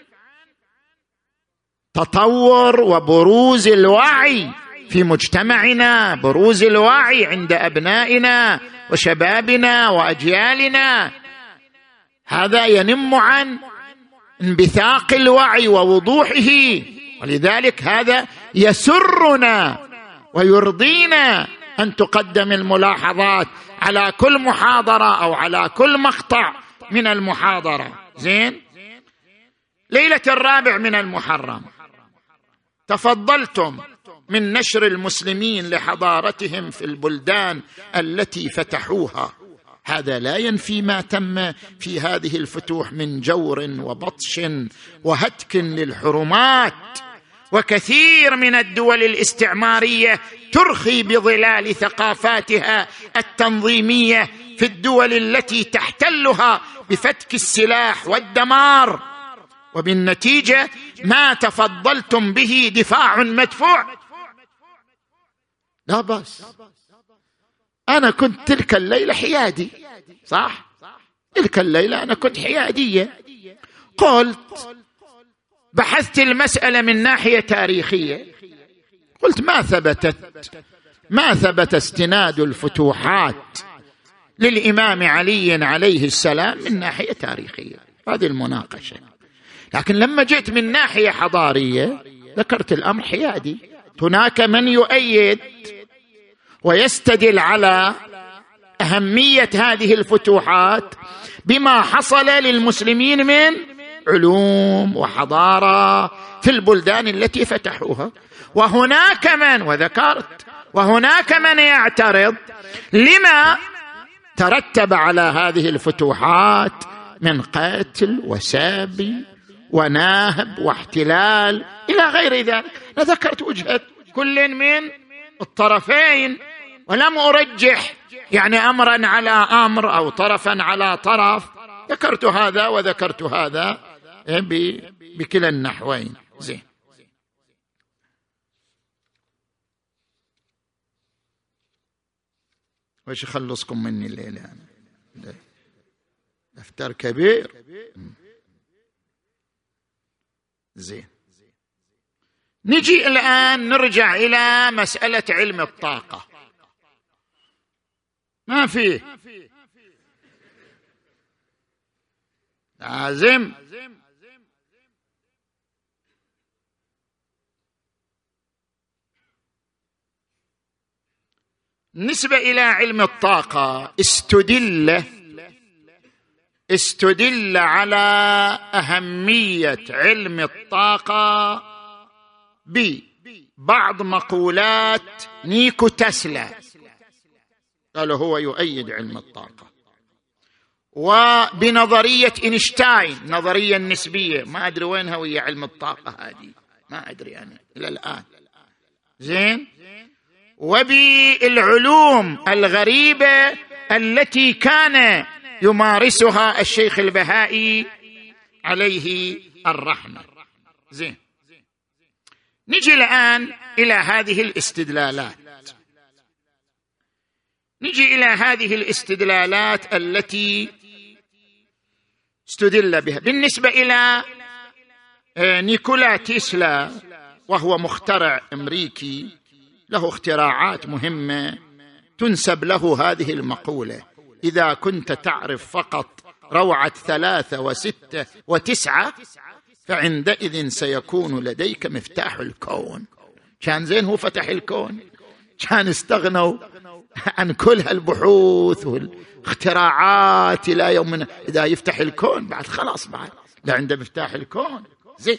تطور وبروز الوعي في مجتمعنا، بروز الوعي عند أبنائنا وشبابنا وأجيالنا. هذا ينم عن انبثاق الوعي ووضوحه، ولذلك هذا يسرنا ويرضينا أن تقدم الملاحظات على كل محاضرة أو على كل مقطع من المحاضرة. زين. ليلة 4 من المحرم تفضلتم من نشر المسلمين لحضارتهم في البلدان التي فتحوها، هذا لا ينفي ما تم في هذه الفتوح من جور وبطش وهتك للحرمات. وكثير من الدول الاستعمارية ترخي بظلال ثقافاتها التنظيمية في الدول التي تحتلها بفتك السلاح والدمار، وبالنتيجة ما تفضلتم به دفاع مدفوع. لا بس أنا كنت تلك الليلة حيادي، صح؟ تلك الليلة أنا كنت حيادية، قلت بحثت المسألة من ناحية تاريخية، قلت ما ثبت استناد الفتوحات للإمام علي عليه السلام من ناحية تاريخية، هذه المناقشة. لكن لما جئت من ناحية حضارية ذكرت الأمر حيادي. هناك من يؤيد ويستدل على أهمية هذه الفتوحات بما حصل للمسلمين من علوم وحضارة في البلدان التي فتحوها. وهناك من يعترض لما ترتب على هذه الفتوحات من قتل وسبي ونهب واحتلال إلى غير ذلك. أنا ذكرت وجهة كل من الطرفين ولم أرجح يعني أمرا على أمر أو طرفا على طرف، ذكرت هذا وذكرت هذا بكلا النحوين. زين. وش يخلصكم مني الليلة؟ دفتر كبير. زين، نجي الآن نرجع إلى مسألة علم الطاقة. ما فيه لازم بالنسبة إلى علم الطاقة استدل على أهمية علم الطاقة ببعض مقولات نيكو تسلا، قال هو يؤيد علم الطاقة، وبنظرية إينشتاين نظرية النسبية، ما أدري وينها ويا علم الطاقة هذه، ما أدري أنا إلى الآن. زين، وبالعلوم الغريبة التي كان يمارسها الشيخ البهائي عليه الرحمة. زين، نجي الآن إلى هذه الاستدلالات التي استدل بها. بالنسبة إلى نيكولا تيسلا، وهو مخترع أمريكي له اختراعات مهمة، تنسب له هذه المقولة: إذا كنت تعرف فقط روعة 3 و6 و9 فعندئذ سيكون لديك مفتاح الكون. كان زين هو فتح الكون، كان استغنوا عن كل هالبحوث والاختراعات إلى يومنا، إذا يفتح الكون بعد خلاص، بعد لا عنده مفتاح الكون. زين،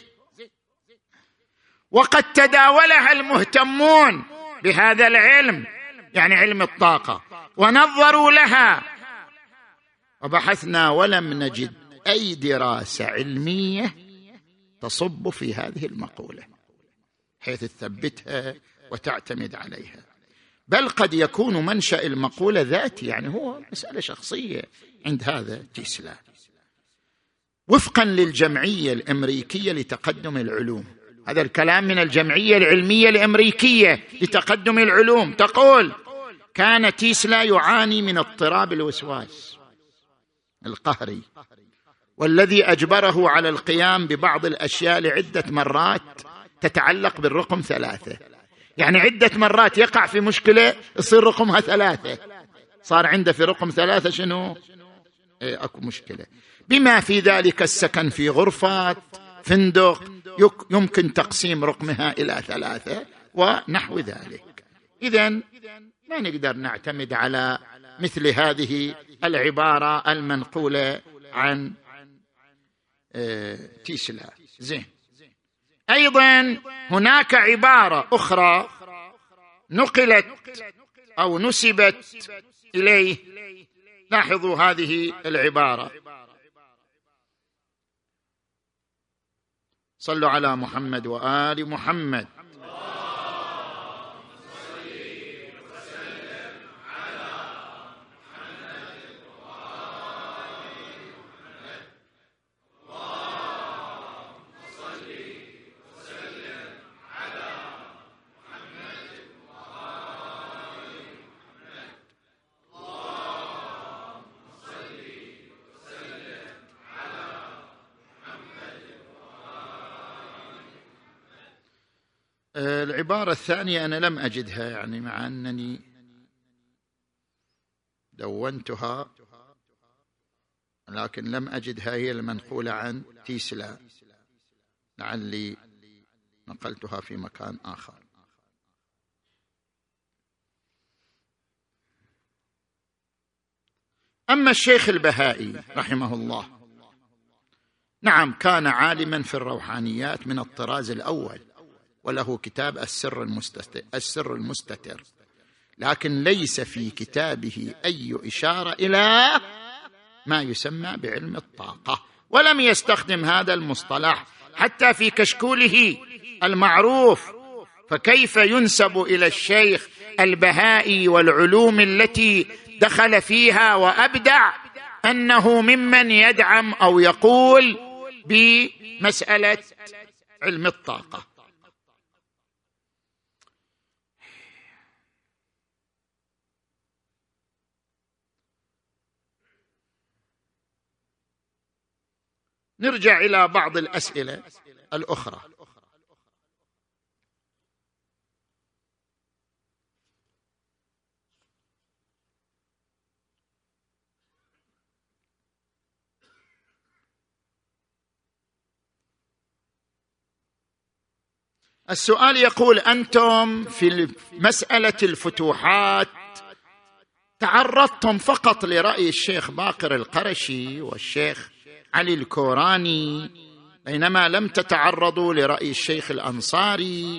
وقد تداولها المهتمون بهذا العلم، يعني علم الطاقة، ونظروا لها وبحثنا ولم نجد أي دراسة علمية تصب في هذه المقولة حيث تثبتها وتعتمد عليها، بل قد يكون منشأ المقولة ذاتي، يعني هو مسألة شخصية عند هذا تيسلا. وفقا للجمعية الأمريكية لتقدم العلوم، هذا الكلام من الجمعية العلمية الأمريكية لتقدم العلوم، تقول: كان تيسلا يعاني من اضطراب الوسواس القهري، والذي أجبره على القيام ببعض الأشياء لعدة مرات تتعلق بالرقم 3. يعني عدة مرات يقع في مشكلة يصير رقمها 3، صار عنده في رقم 3 شنو؟ أكو مشكلة، بما في ذلك السكن في غرفة فندق يمكن تقسيم رقمها إلى 3 ونحو ذلك. إذن ما نقدر نعتمد على مثل هذه العبارة المنقولة عن تيسلا. زين، أيضا هناك عبارة أخرى نقلت أو نسبت إليه، لاحظوا هذه العبارة، صلوا على محمد وآل محمد. العبارة الثانية أنا لم أجدها، يعني مع أنني دونتها لكن لم أجدها، هي المنقولة عن تيسلا، لعلي نقلتها في مكان آخر. أما الشيخ البهائي رحمه الله، نعم كان عالما في الروحانيات من الطراز الأول، وله كتاب السر المستتر، لكن ليس في كتابه أي إشارة إلى ما يسمى بعلم الطاقة، ولم يستخدم هذا المصطلح حتى في كشكوله المعروف. فكيف ينسب إلى الشيخ البهائي والعلوم التي دخل فيها وأبدع أنه ممن يدعم أو يقول بمسألة علم الطاقة؟ نرجع إلى بعض الأسئلة الأخرى. السؤال يقول: أنتم في مسألة الفتوحات تعرضتم فقط لرأي الشيخ باقر القرشي والشيخ علي الكوراني، بينما لم تتعرضوا لرأي الشيخ الأنصاري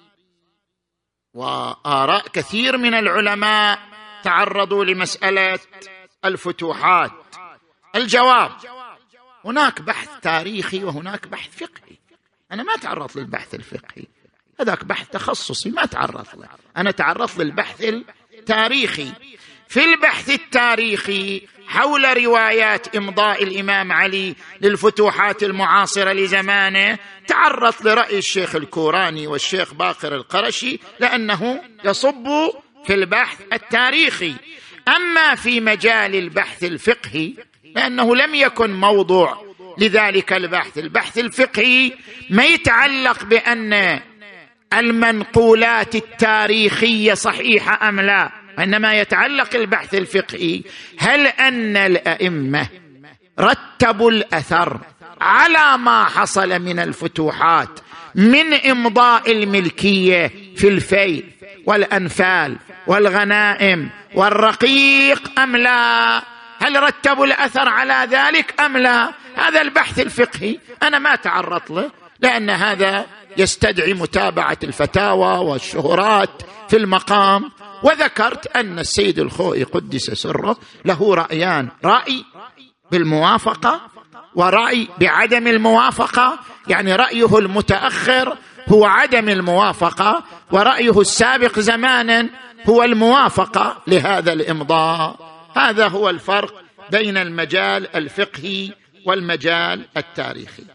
وآراء كثير من العلماء تعرضوا لمسألة الفتوحات. الجواب: هناك بحث تاريخي وهناك بحث فقهي. أنا ما تعرضت للبحث الفقهي، هذاك بحث تخصصي ما تعرضت له، أنا تعرضت للبحث التاريخي. في البحث التاريخي حول روايات إمضاء الإمام علي للفتوحات المعاصرة لزمانه تعرضت لرأي الشيخ الكوراني والشيخ باقر القرشي، لأنه يصب في البحث التاريخي. أما في مجال البحث الفقهي لأنه لم يكن موضوع لذلك البحث. البحث الفقهي ما يتعلق بأن المنقولات التاريخية صحيحة أم لا، وإنما يتعلق البحث الفقهي هل أن الأئمة رتبوا الأثر على ما حصل من الفتوحات من إمضاء الملكية في الفيء والأنفال والغنائم والرقيق أم لا؟ هل رتبوا الأثر على ذلك أم لا؟ هذا البحث الفقهي أنا ما تعرضت له، لأن هذا يستدعي متابعة الفتاوى والشهرات في المقام. وذكرت أن السيد الخوئي قدس سره له رأيان: رأي بالموافقة ورأي بعدم الموافقة، يعني رأيه المتأخر هو عدم الموافقة، ورأيه السابق زمانا هو الموافقة لهذا الإمضاء. هذا هو الفرق بين المجال الفقهي والمجال التاريخي.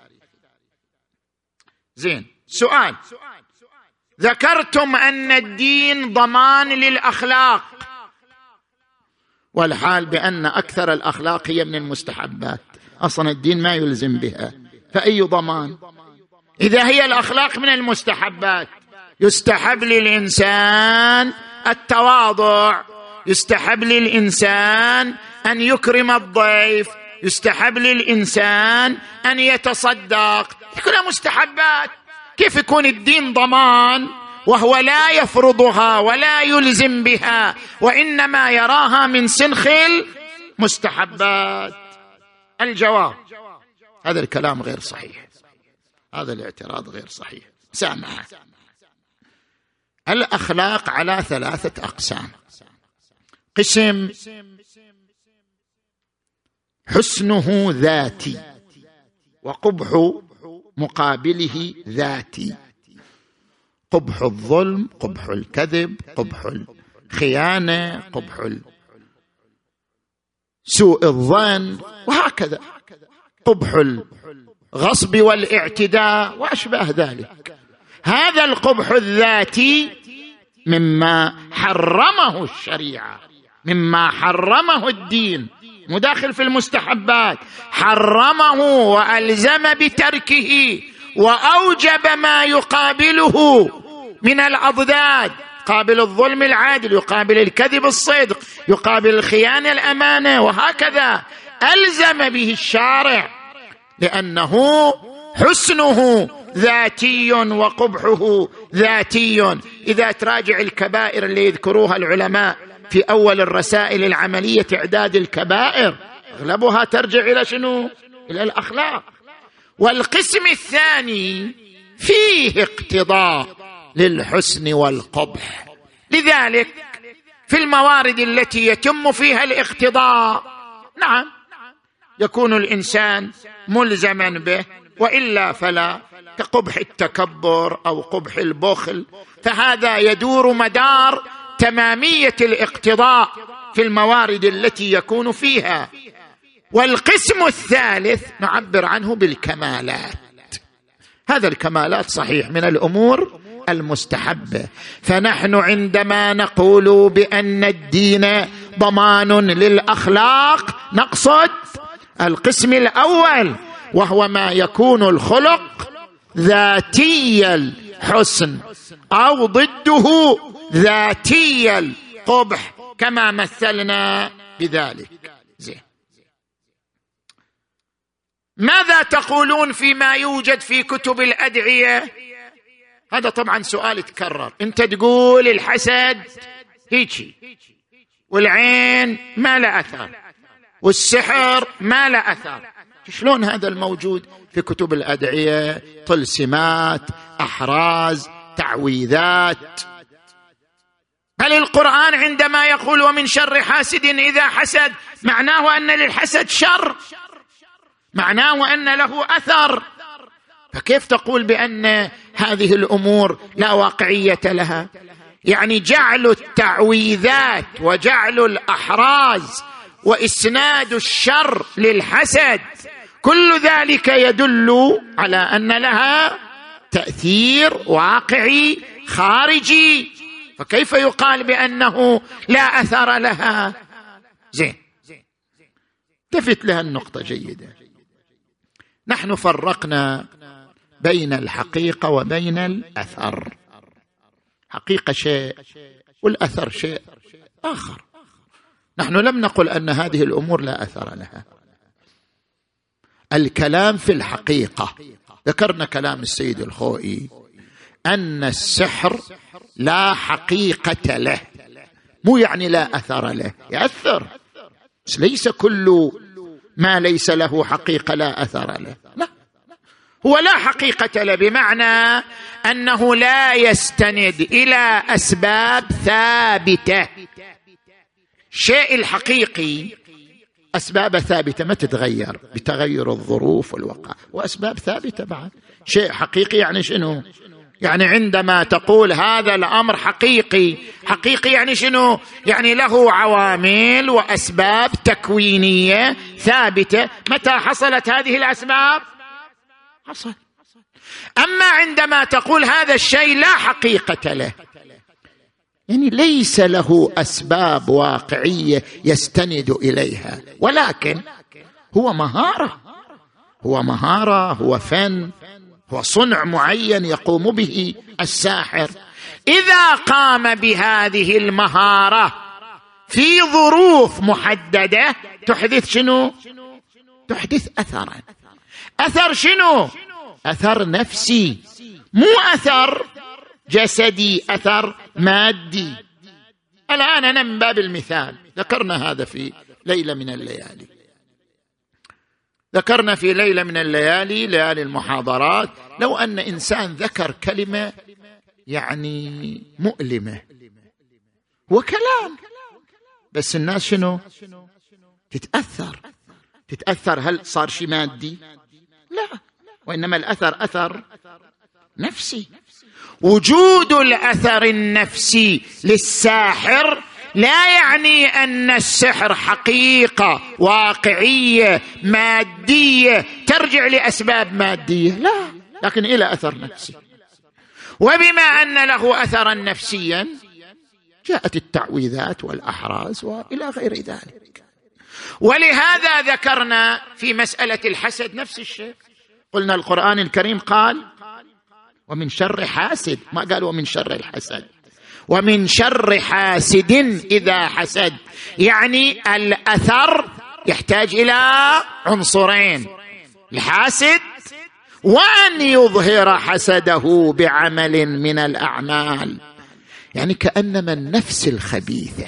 زين، سؤال: ذكرتم أن الدين ضمان للأخلاق، والحال بأن أكثر الأخلاق هي من المستحبات، أصلا الدين ما يلزم بها، فأي ضمان؟ إذا هي الأخلاق من المستحبات، يستحب للإنسان التواضع، يستحب للإنسان أن يكرم الضيف، يستحب للإنسان أن يتصدق، كلها مستحبات. كيف يكون الدين ضمان وهو لا يفرضها ولا يلزم بها، وإنما يراها من سنخ المستحبات؟ الجواب: هذا الكلام غير صحيح، هذا الاعتراض غير صحيح. سامح. الأخلاق على 3 أقسام: قسم حسنه ذاتي، وقبح مقابله ذاتي، قبح الظلم، قبح الكذب، قبح الخيانة، قبح سوء الظن، وهكذا، قبح الغصب والاعتداء وأشباه ذلك. هذا القبح الذاتي مما حرمه الشريعة، مما حرمه الدين، مداخل في المستحبات، حرمه وألزم بتركه وأوجب ما يقابله من الأضداد، يقابل الظلم العادل، يقابل الكذب الصدق، يقابل الخيانة الأمانة، وهكذا ألزم به الشارع، لأنه حسنه ذاتي وقبحه ذاتي. إذا تراجع الكبائر اللي يذكروها العلماء في أول الرسائل العملية إعداد الكبائر، أغلبها ترجع إلى شنو؟ إلى الأخلاق. والقسم الثاني فيه اقتضاء للحسن والقبح، لذلك في الموارد التي يتم فيها الاقتضاء نعم يكون الإنسان ملزما به، وإلا فلا، كقبح التكبر أو قبح البخل، فهذا يدور مدار تمامية الاقتضاء في الموارد التي يكون فيها. والقسم الثالث نعبر عنه بالكمالات. هذا الكمالات صحيح من الأمور المستحبة. فنحن عندما نقول بأن الدين ضمان للأخلاق نقصد القسم الأول، وهو ما يكون الخلق ذاتي الحسن أو ضده ذاتي القبح، كما مثلنا بذلك. زين، ماذا تقولون فيما يوجد في كتب الأدعية؟ هذا طبعا سؤال يتكرر. انت تقول الحسد هيجي، والعين ما له أثر، والسحر ما له أثر. شلون هذا الموجود في كتب الأدعية؟ طلسمات، أحراز، تعويذات. هل القرآن عندما يقول ومن شر حاسد إذا حسد معناه أن للحسد شر؟ معناه أن له أثر. فكيف تقول بأن هذه الأمور لا واقعية لها؟ يعني جعل التعويذات وجعل الأحراز وإسناد الشر للحسد، كل ذلك يدل على أن لها تأثير واقعي خارجي، فكيف يقال بأنه لا أثر لها؟ زين، التفت لها النقطة جيدة. نحن فرقنا بين الحقيقة وبين الأثر. حقيقة شيء والأثر شيء آخر. نحن لم نقل أن هذه الأمور لا أثر لها. الكلام في الحقيقة، ذكرنا كلام السيد الخوئي أن السحر لا حقيقة له، مو يعني لا أثر له، يأثر، بس ليس كل ما ليس له حقيقة لا أثر له، لا، هو لا حقيقة له بمعنى أنه لا يستند إلى أسباب ثابتة. الشيء الحقيقي أسباب ثابتة ما تتغير بتغير الظروف والوقع، وأسباب ثابتة بعد. شيء حقيقي يعني شنو؟ يعني عندما تقول هذا الأمر حقيقي، حقيقي يعني شنو؟ يعني له عوامل وأسباب تكوينية ثابتة. متى حصلت هذه الأسباب؟ حصل. أما عندما تقول هذا الشيء لا حقيقة له، يعني ليس له أسباب واقعية يستند إليها، ولكن هو مهارة، هو مهارة، هو فن، هو صنع معين يقوم به الساحر. إذا قام بهذه المهارة في ظروف محددة تحدث شنو؟ تحدث أثرا. أثر شنو؟ أثر نفسي، مو أثر جسدي، أثر مادي. الآن أنا من باب المثال ذكرنا هذا في ليلة من الليالي، ذكرنا في ليلة من الليالي، ليالي المحاضرات، لو أن إنسان ذكر كلمة يعني مؤلمة، هو كلام، بس الناس شنو؟ تتأثر. هل صار شيء مادي؟ لا، وإنما الأثر أثر نفسي. وجود الأثر النفسي للساحر لا يعني أن السحر حقيقة واقعية مادية ترجع لأسباب مادية، لا، لكن إلى أثر نفسي. وبما أن له أثرا نفسيا جاءت التعويذات والأحراز وإلى غير ذلك. ولهذا ذكرنا في مسألة الحسد نفس الشيء، قلنا القرآن الكريم قال ومن شر حاسد، ما قال ومن شر الحسد، ومن شر حاسد إذا حسد. يعني الأثر يحتاج إلى عنصرين: الحاسد، وأن يظهر حسده بعمل من الأعمال. يعني كأنما النفس الخبيثة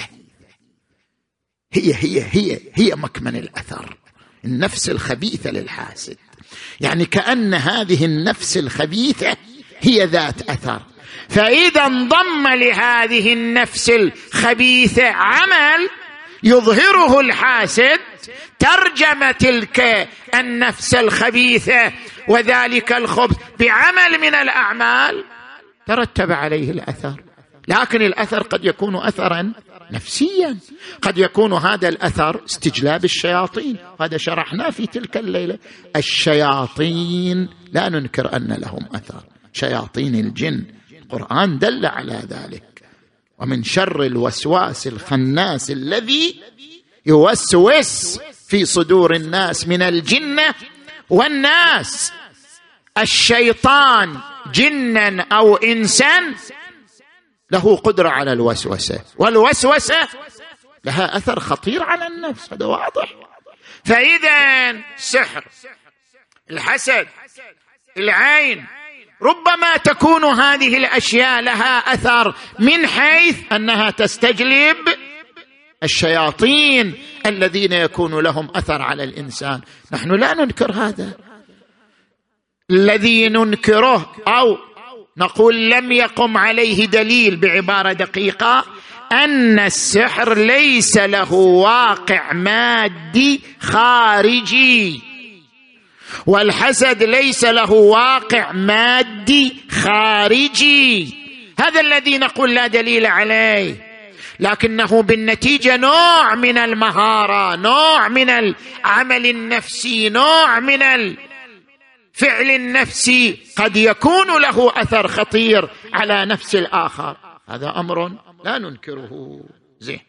هي مكمن الأثر، النفس الخبيثة للحاسد. يعني كأن هذه النفس الخبيثة هي ذات أثر، فإذا انضم لهذه النفس الخبيثة عمل يظهره الحاسد، ترجم تلك النفس الخبيثة وذلك الخبث بعمل من الأعمال، ترتب عليه الأثر. لكن الأثر قد يكون أثرا نفسيا، قد يكون هذا الأثر استجلاب الشياطين، هذا شرحناه في تلك الليلة. الشياطين لا ننكر أن لهم أثر، شياطين الجن، القرآن دل على ذلك. ومن شر الوسواس الخناس الذي يوسوس في صدور الناس من الجنة والناس. الشيطان جنا أو إنسان له قدرة على الوسوسة، والوسوسة لها أثر خطير على النفس، هذا واضح. فإذا السحر، الحسد، العين، ربما تكون هذه الأشياء لها أثر من حيث أنها تستجلب الشياطين الذين يكون لهم أثر على الإنسان. نحن لا ننكر هذا. الذي ننكره أو نقول لم يقم عليه دليل بعبارة دقيقة أن السحر ليس له واقع مادي خارجي، والحسد ليس له واقع مادي خارجي. هذا الذي نقول لا دليل عليه، لكنه بالنتيجة نوع من المهارة، نوع من العمل النفسي، نوع من الفعل النفسي قد يكون له أثر خطير على نفس الآخر. هذا أمر لا ننكره. زين،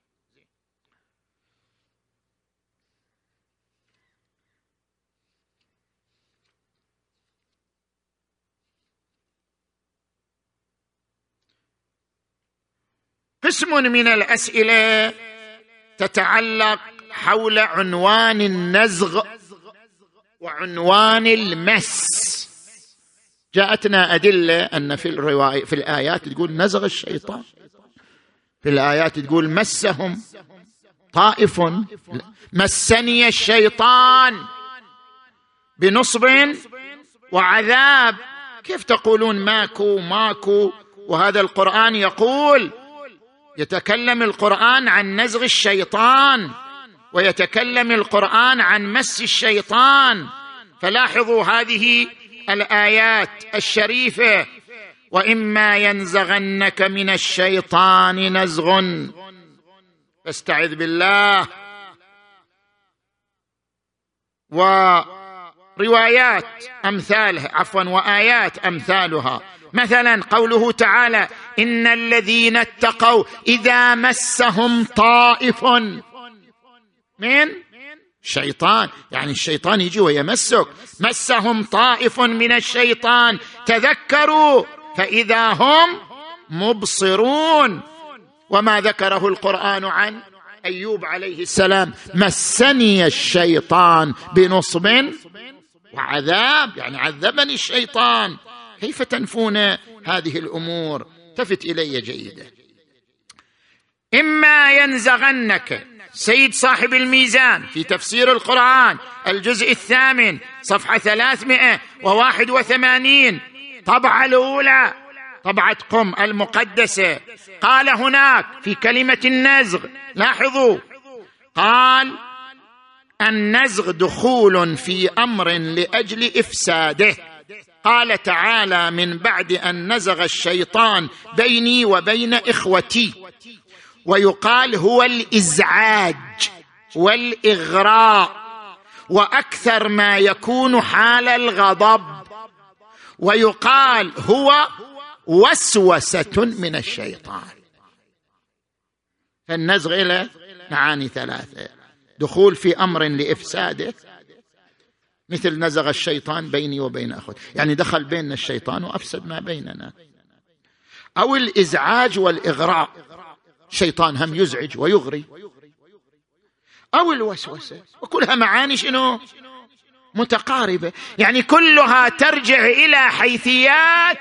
قسم من الأسئلة تتعلق حول عنوان النزغ وعنوان المس. جاءتنا أدلة أن في الرواية في الآيات تقول نزغ الشيطان، في الآيات تقول مسهم طائف، مسني الشيطان بنصب وعذاب. كيف تقولون ماكو وهذا القرآن يقول، يتكلم القرآن عن نزغ الشيطان ويتكلم القرآن عن مس الشيطان. فلاحظوا هذه الآيات الشريفة: وإما ينزغنك من الشيطان نزغ فاستعذ بالله. وروايات أمثالها وآيات أمثالها، مثلا قوله تعالى: إن الذين اتقوا إذا مسهم طائف من الشيطان، يعني الشيطان يجي ويمسك، مسهم طائف من الشيطان تذكروا فإذا هم مبصرون. وما ذكره القرآن عن أيوب عليه السلام: مسني الشيطان بنصب وعذاب، يعني عذبني الشيطان. كيف تنفون هذه الأمور؟ التفت إلي جيدا. إما ينزغنك، سيد صاحب الميزان في تفسير القرآن الجزء 8 صفحة 381 طبعة الأولى، طبعة قم المقدسة، قال هناك في كلمة النزغ، لاحظوا، قال: النزغ دخول في أمر لأجل إفساده. قال تعالى: من بعد أن نزغ الشيطان بيني وبين إخوتي. ويقال هو الإزعاج والإغراء، وأكثر ما يكون حال الغضب. ويقال هو وسوسة من الشيطان. فالنزغ له معاني ثلاثة: دخول في أمر لإفساده، مثل نزغ الشيطان بيني وبين أخوتي، يعني دخل بيننا الشيطان وأفسد ما بيننا. أو الإزعاج والإغراء، شيطان هم يزعج ويغري. أو الوسوسة، وكلها معاني شنو؟ متقاربة، يعني كلها ترجع إلى حيثيات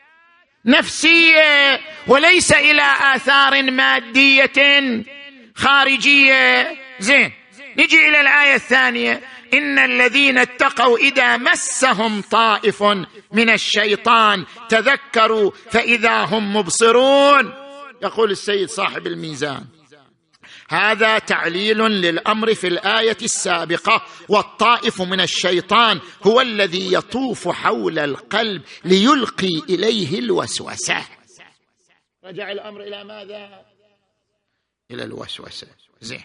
نفسية وليس إلى آثار مادية خارجية. زين، نجي إلى الآية الثانية: إن الذين اتقوا إذا مسهم طائف من الشيطان تذكروا فإذا هم مبصرون. يقول السيد صاحب الميزان: هذا تعليل للأمر في الآية السابقة، والطائف من الشيطان هو الذي يطوف حول القلب ليلقي إليه الوسوسة. رجع الأمر إلى ماذا؟ إلى الوسوسة. زين،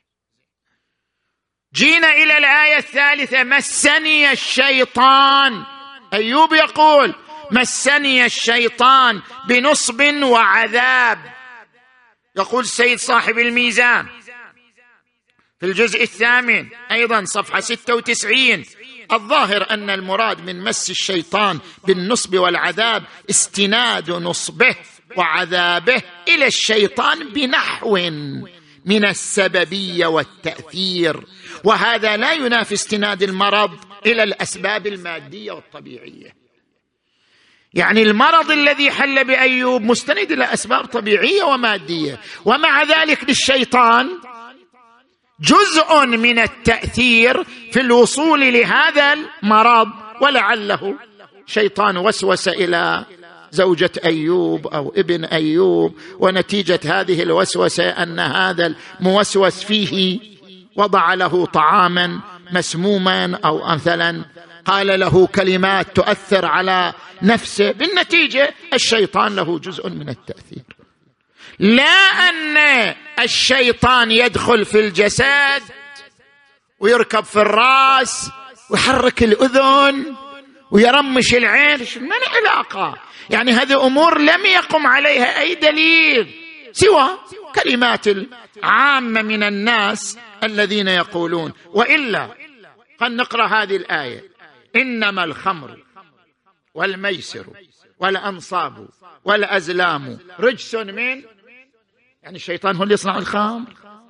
جينا إلى الآية الثالثة: مسني الشيطان. أيوب يقول: مسني الشيطان بنصب وعذاب. يقول السيد صاحب الميزان في الجزء 8 أيضا صفحة 96: الظاهر أن المراد من مس الشيطان بالنصب والعذاب استناد نصبه وعذابه إلى الشيطان بنحو من السببية والتأثير، وهذا لا ينافي استناد المرض إلى الأسباب المادية والطبيعية. يعني المرض الذي حل بأيوب مستند إلى أسباب طبيعية ومادية، ومع ذلك للشيطان جزء من التأثير في الوصول لهذا المرض، ولعله شيطان وسوس إلى زوجة أيوب أو ابن أيوب، ونتيجة هذه الوسوسة أن هذا الموسوس فيه وضع له طعاما مسموما، أو مثلا قال له كلمات تؤثر على نفسه، بالنتيجة الشيطان له جزء من التأثير. لا أن الشيطان يدخل في الجسد ويركب في الرأس ويحرك الأذن ويرمش العين، ما العلاقة؟ يعني هذه أمور لم يقم عليها أي دليل سوى كلمات العامة من الناس الذين يقولون. وإلا قد نقرأ هذه الآية: إنما الخمر والميسر والأنصاب والأزلام رجس من، يعني الشيطان هو اللي يصنع الخمر.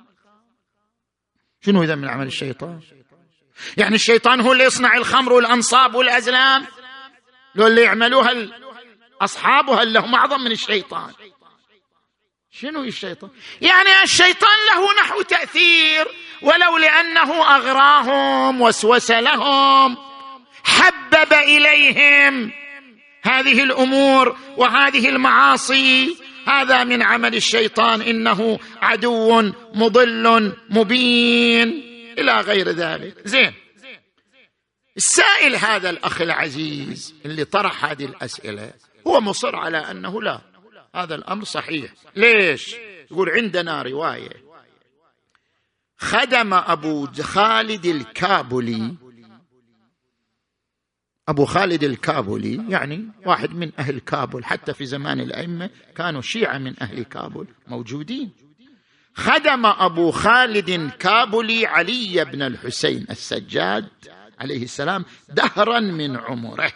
شنو إذا من عمل الشيطان؟ يعني الشيطان هو اللي يصنع الخمر والأنصاب والأزلام؟ لو اللي يعملوها أصحابها اللي هم أعظم من الشيطان. شنو الشيطان؟ يعني الشيطان له نحو تأثير، ولو لأنه أغراهم وسوس لهم حبب إليهم هذه الأمور وهذه المعاصي، هذا من عمل الشيطان، إنه عدو مضل مبين إلى غير ذلك. زين، السائل هذا الأخ العزيز اللي طرح هذه الأسئلة هو مصر على أنه لا، هذا الأمر صحيح. ليش؟ يقول عندنا رواية: خدم أبو خالد الكابلي. أبو خالد الكابلي يعني واحد من أهل كابل، حتى في زمان الأئمة كانوا شيعة من أهل كابل موجودين. خدم أبو خالد الكابلي علي بن الحسين السجاد عليه السلام دهرا من عمره،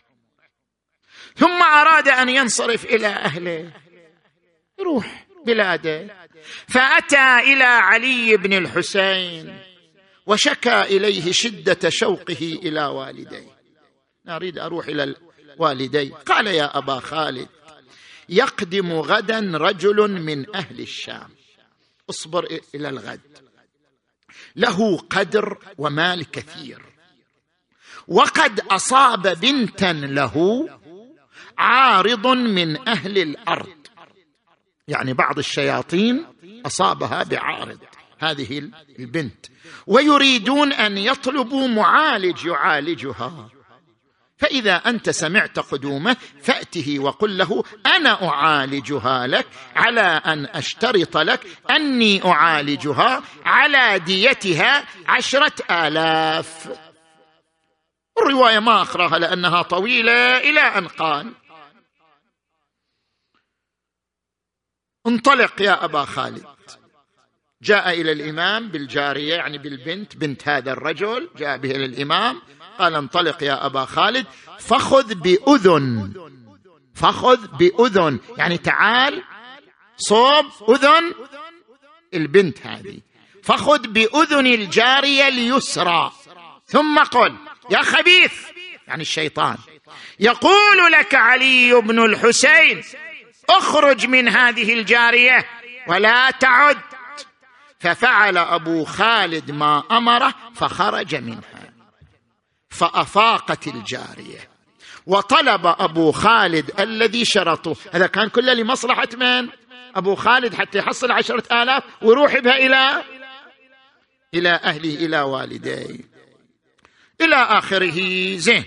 ثم أراد أن ينصرف إلى أهله، يروح بلاده، فأتى إلى علي بن الحسين وشكى إليه شدة شوقه إلى والديه: أريد أروح إلى والدي. قال: يا أبا خالد، يقدم غدا رجل من أهل الشام، اصبر إلى الغد، له قدر ومال كثير، وقد أصاب بنتا له عارض من أهل الأرض، يعني بعض الشياطين أصابها بعارض هذه البنت، ويريدون أن يطلبوا معالج يعالجها، فإذا أنت سمعت قدومه فأته وقل له أنا أعالجها لك، على أن أشترط لك أني أعالجها على ديتها 10,000. الرواية ما أقرأها لأنها طويلة، إلى أن قال: انطلق يا أبا خالد جاء إلى الإمام بالجارية، يعني بالبنت، بنت هذا الرجل، جاء به إلى الإمام قال انطلق يا أبا خالد فخذ بأذن، يعني تعال صوب أذن البنت هذه، فخذ بأذن الجارية اليسرى، ثم قل يا خبيث، يعني الشيطان، يقول لك علي بن الحسين اخرج من هذه الجارية ولا تعد. ففعل أبو خالد ما أمره فخرج منها، فأفاقت الجارية، وطلب أبو خالد الذي شرطه، هذا كان كله لمصلحة من؟ أبو خالد، حتى يحصل 10,000 ويروح بها إلى أهله، إلى والديه، إلى آخره. زين.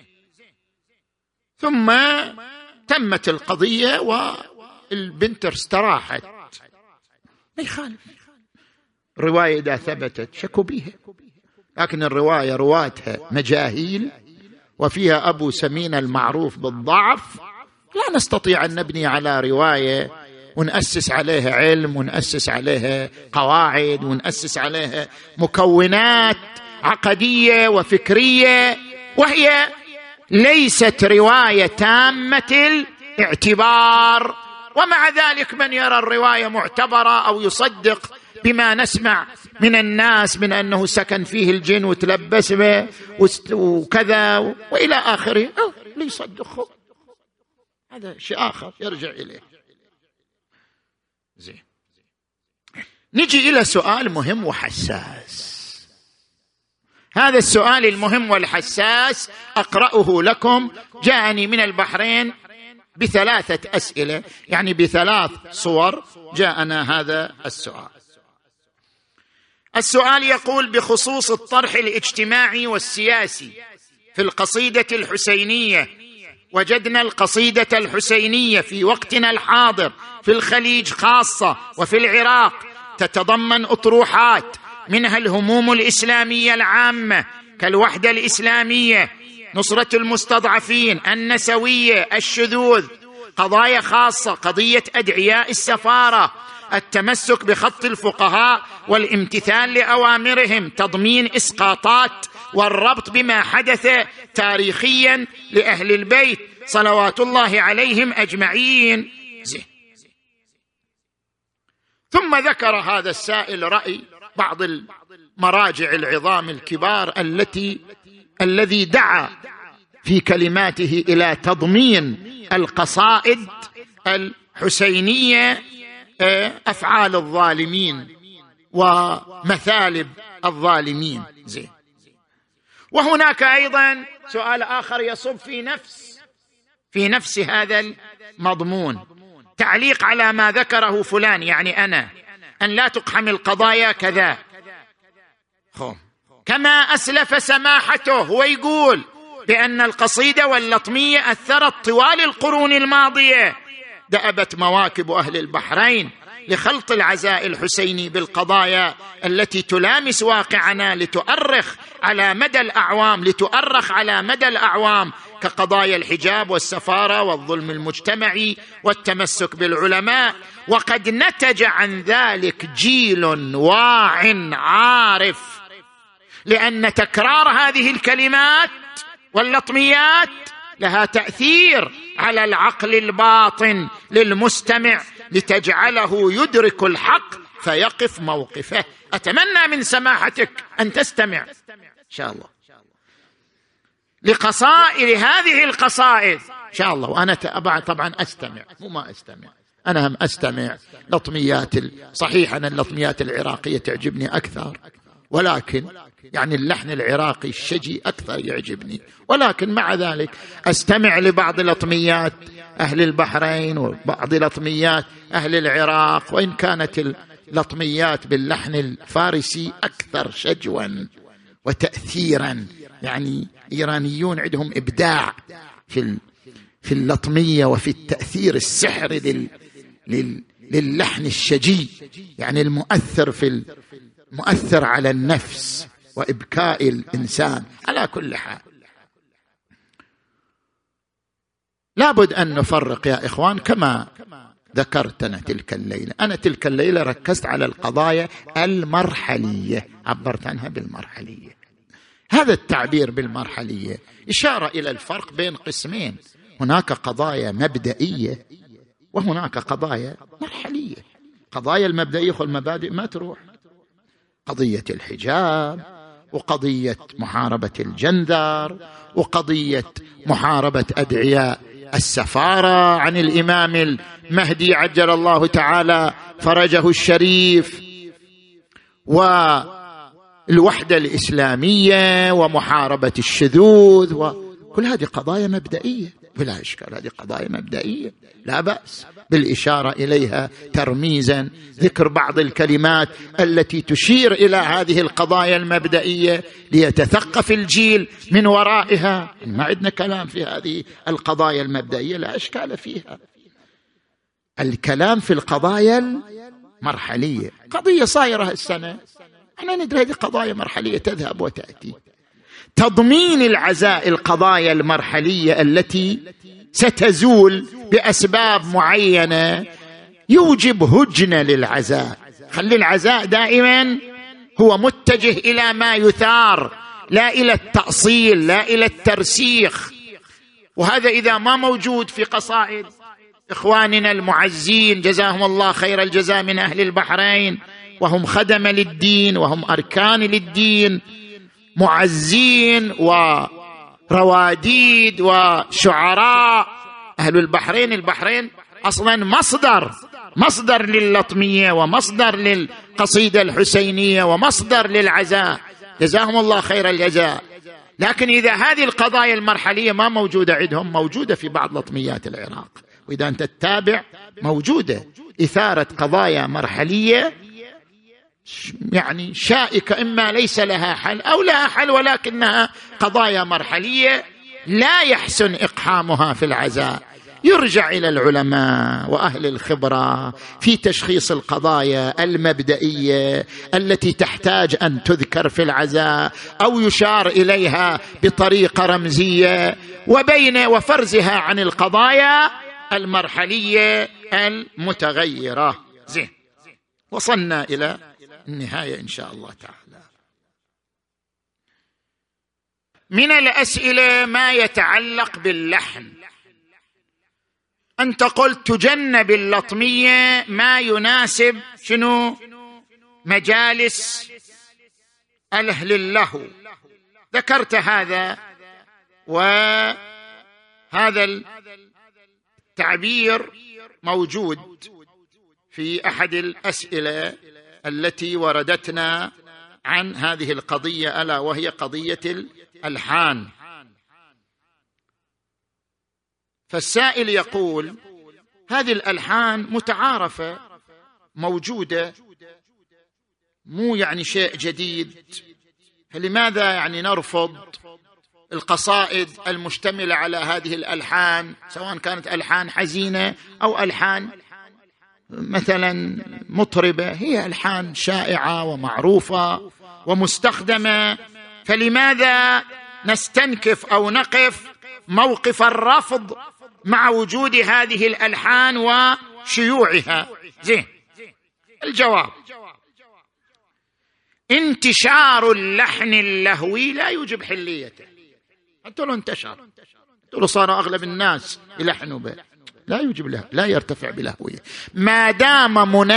ثم تمت القضية والبنت استراحت. ما يخالف الرواية إذا ثبتت شكوا بها، لكن الرواية رواتها مجاهيل وفيها أبو سمين المعروف بالضعف، لا نستطيع أن نبني على رواية ونأسس عليها علم ونأسس عليها قواعد ونأسس عليها مكونات عقدية وفكرية، وهي ليست رواية تامة الاعتبار. ومع ذلك من يرى الرواية معتبرة أو يصدق بما نسمع من الناس من أنه سكن فيه الجن وتلبس به وكذا وإلى آخره، ليصدقه، هذا شيء آخر يرجع إليه. زين. نجي إلى سؤال مهم وحساس. هذا السؤال المهم والحساس أقرأه لكم، جاءني من البحرين ب3 أسئلة، يعني ب3 صور جاءنا هذا السؤال. السؤال يقول: بخصوص الطرح الاجتماعي والسياسي في القصيدة الحسينية، وجدنا القصيدة الحسينية في وقتنا الحاضر في الخليج خاصة وفي العراق تتضمن أطروحات، منها الهموم الإسلامية العامة كالوحدة الإسلامية، نصرة المستضعفين، النسوية، الشذوذ، قضايا خاصة، قضية أدعياء السفارة، التمسك بخط الفقهاء والامتثال لأوامرهم، تضمين إسقاطات والربط بما حدث تاريخيا لأهل البيت صلوات الله عليهم أجمعين. زين. ثم ذكر هذا السائل رأي بعض المراجع العظام الكبار الذي دعا في كلماته إلى تضمين القصائد الحسينية أفعال الظالمين ومثالب الظالمين. زين. وهناك أيضا سؤال آخر يصب في نفس هذا المضمون: تعليق على ما ذكره فلان، يعني أنا، أن لا تقحم القضايا كذا. كما أسلف سماحته، هو يقول بأن القصيدة واللطمية أثرت طوال القرون الماضية، دأبت مواكب أهل البحرين لخلط العزاء الحسيني بالقضايا التي تلامس واقعنا لتؤرخ على مدى الأعوام كقضايا الحجاب والسفارة والظلم المجتمعي والتمسك بالعلماء. وقد نتج عن ذلك جيل واع عارف، لأن تكرار هذه الكلمات واللطميات لها تأثير على العقل الباطن للمستمع لتجعله يدرك الحق فيقف موقفه. أتمنى من سماحتك أن تستمع إن شاء الله لقصائد هذه القصائد إن شاء الله. وأنا طبعا أستمع، مو ما أستمع، أنا هم أستمع لطميات. صحيح أن اللطميات العراقية تعجبني أكثر، ولكن يعني اللحن العراقي الشجي أكثر يعجبني، ولكن مع ذلك أستمع لبعض لطميات أهل البحرين وبعض لطميات أهل العراق، وإن كانت اللطميات باللحن الفارسي أكثر شجوا وتأثيرا. يعني إيرانيون عندهم إبداع في اللطمية وفي التأثير السحري للحن الشجي، يعني المؤثر على النفس وإبكاء الإنسان. على كل حال لابد أن نفرق يا إخوان، كما ذكرت أنا تلك الليلة ركزت على القضايا المرحلية، عبرت عنها بالمرحلية. هذا التعبير بالمرحلية إشارة إلى الفرق بين قسمين، هناك قضايا مبدئية وهناك قضايا مرحلية. قضايا المبدئية والمبادئ ما تروح، قضية الحجاب وقضية محاربة الجندر وقضية محاربة أدعياء السفارة عن الإمام المهدي عجل الله تعالى فرجه الشريف، والوحدة الإسلامية ومحاربة الشذوذ، وكل هذه قضايا مبدئية بلا إشكال، هذه قضايا مبدئية لا بأس بالإشارة إليها ترميزا، ذكر بعض الكلمات التي تشير إلى هذه القضايا المبدئية ليتثقف الجيل من ورائها. ما عندنا كلام في هذه القضايا المبدئية لا إشكال فيها. الكلام في القضايا المرحلية، قضية صايرة السنة احنا ندري هذه قضايا مرحلية تذهب وتأتي. تضمين العزاء القضايا المرحلية التي ستزول بأسباب معينة يوجب هجنة للعزاء. خلي العزاء دائما هو متجه إلى ما يثار، لا إلى التأصيل، لا إلى الترسيخ. وهذا إذا ما موجود في قصائد إخواننا المعزين جزاهم الله خير الجزاء من أهل البحرين، وهم خدم للدين وهم أركان للدين، معزين ورواديد وشعراء أهل البحرين. البحرين أصلا مصدر لللطمية ومصدر للقصيدة الحسينية ومصدر للعزاء، جزاهم الله خير الجزاء. لكن إذا هذه القضايا المرحلية ما موجودة عندهم، موجودة في بعض لطميات العراق، وإذا أنت تتابع موجودة إثارة قضايا مرحلية يعني شائكة، إما ليس لها حل أو لها حل، ولكنها قضايا مرحلية لا يحسن إقحامها في العزاء. يرجع إلى العلماء وأهل الخبرة في تشخيص القضايا المبدئية التي تحتاج أن تذكر في العزاء أو يشار إليها بطريقة رمزية، وفرزها عن القضايا المرحلية المتغيرة. زين، وصلنا إلى النهاية إن شاء الله تعالى. من الأسئلة ما يتعلق باللحن. أنت قلت تجنب اللطمية ما يناسب شنو؟ مجالس أهل اللهو. ذكرت هذا، وهذا التعبير موجود في أحد الأسئلة التي وردتنا عن هذه القضية، ألا وهي قضية الألحان. فالسائل يقول هذه الألحان متعارفة موجودة، مو يعني شيء جديد، فلماذا يعني نرفض القصائد المشتملة على هذه الألحان، سواء كانت ألحان حزينة أو ألحان مثلا مطربة، هي ألحان شائعة ومعروفة ومستخدمة، فلماذا نستنكف أو نقف موقف الرفض مع وجود هذه الألحان وشيوعها؟ زين، الجواب: انتشار اللحن اللهوي لا يوجب حليته. حتى لو انتشر، حتى لو صار أغلب الناس يلحنوا به، لا يوجب له، لا يرتفع بلهوية، ما دام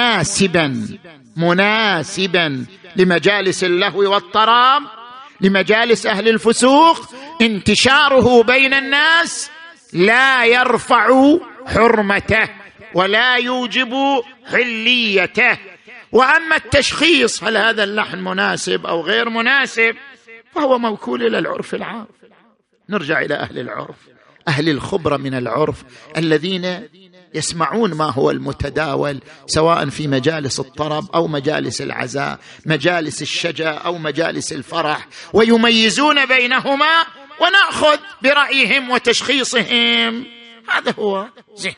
مناسبا لمجالس اللهو والطراب، لمجالس أهل الفسوق. انتشاره بين الناس لا يرفع حرمته ولا يوجب حليته. وأما التشخيص هل هذا اللحن مناسب أو غير مناسب فهو موكول إلى العرف العام. نرجع إلى أهل العرف، أهل الخبرة من العرف الذين يسمعون ما هو المتداول، سواء في مجالس الطرب أو مجالس العزاء، مجالس الشجا أو مجالس الفرح، ويميزون بينهما ونأخذ برأيهم وتشخيصهم. هذا هو. زين،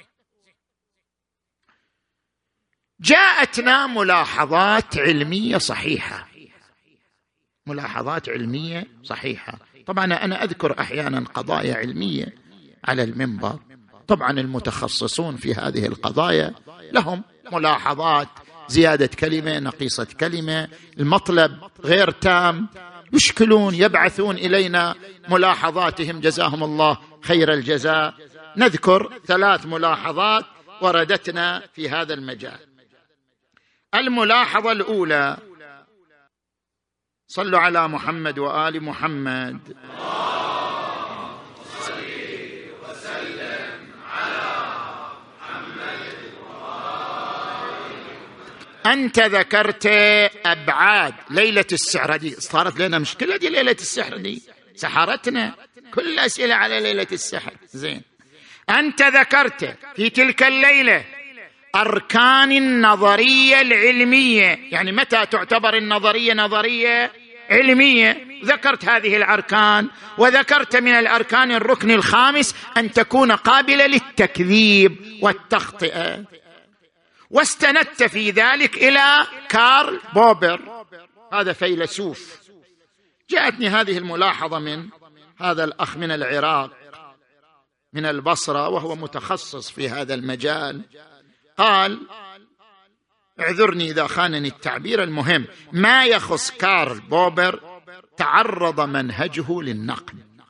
جاءتنا ملاحظات علمية صحيحة، ملاحظات علمية صحيحة. طبعا أنا أذكر أحيانا قضايا علمية على المنبر، طبعا المتخصصون في هذه القضايا لهم ملاحظات، زيادة كلمة، نقيصة كلمة، المطلب غير تام، يشكلون، يبعثون إلينا ملاحظاتهم جزاهم الله خير الجزاء. نذكر 3 ملاحظات وردتنا في هذا المجال. الملاحظة الأولى: صلوا على محمد وآل محمد. أنت ذكرت أبعاد ليلة السحر، دي صارت لنا مشكلة، دي ليلة السحر دي سحرتنا، كل أسئلة على ليلة السحر. زين، أنت ذكرت في تلك الليلة أركان النظرية العلمية، يعني متى تعتبر النظرية نظرية علمية، ذكرت هذه الأركان، وذكرت من الأركان الركن الخامس أن تكون قابلة للتكذيب والتخطئة، واستندت في ذلك إلى كارل بوبر، هذا فيلسوف. جاءتني هذه الملاحظة من هذا الأخ من العراق من البصرة، وهو متخصص في هذا المجال. قال، اعذرني إذا خانني التعبير، المهم ما يخص كارل بوبر تعرض منهجه للنقد،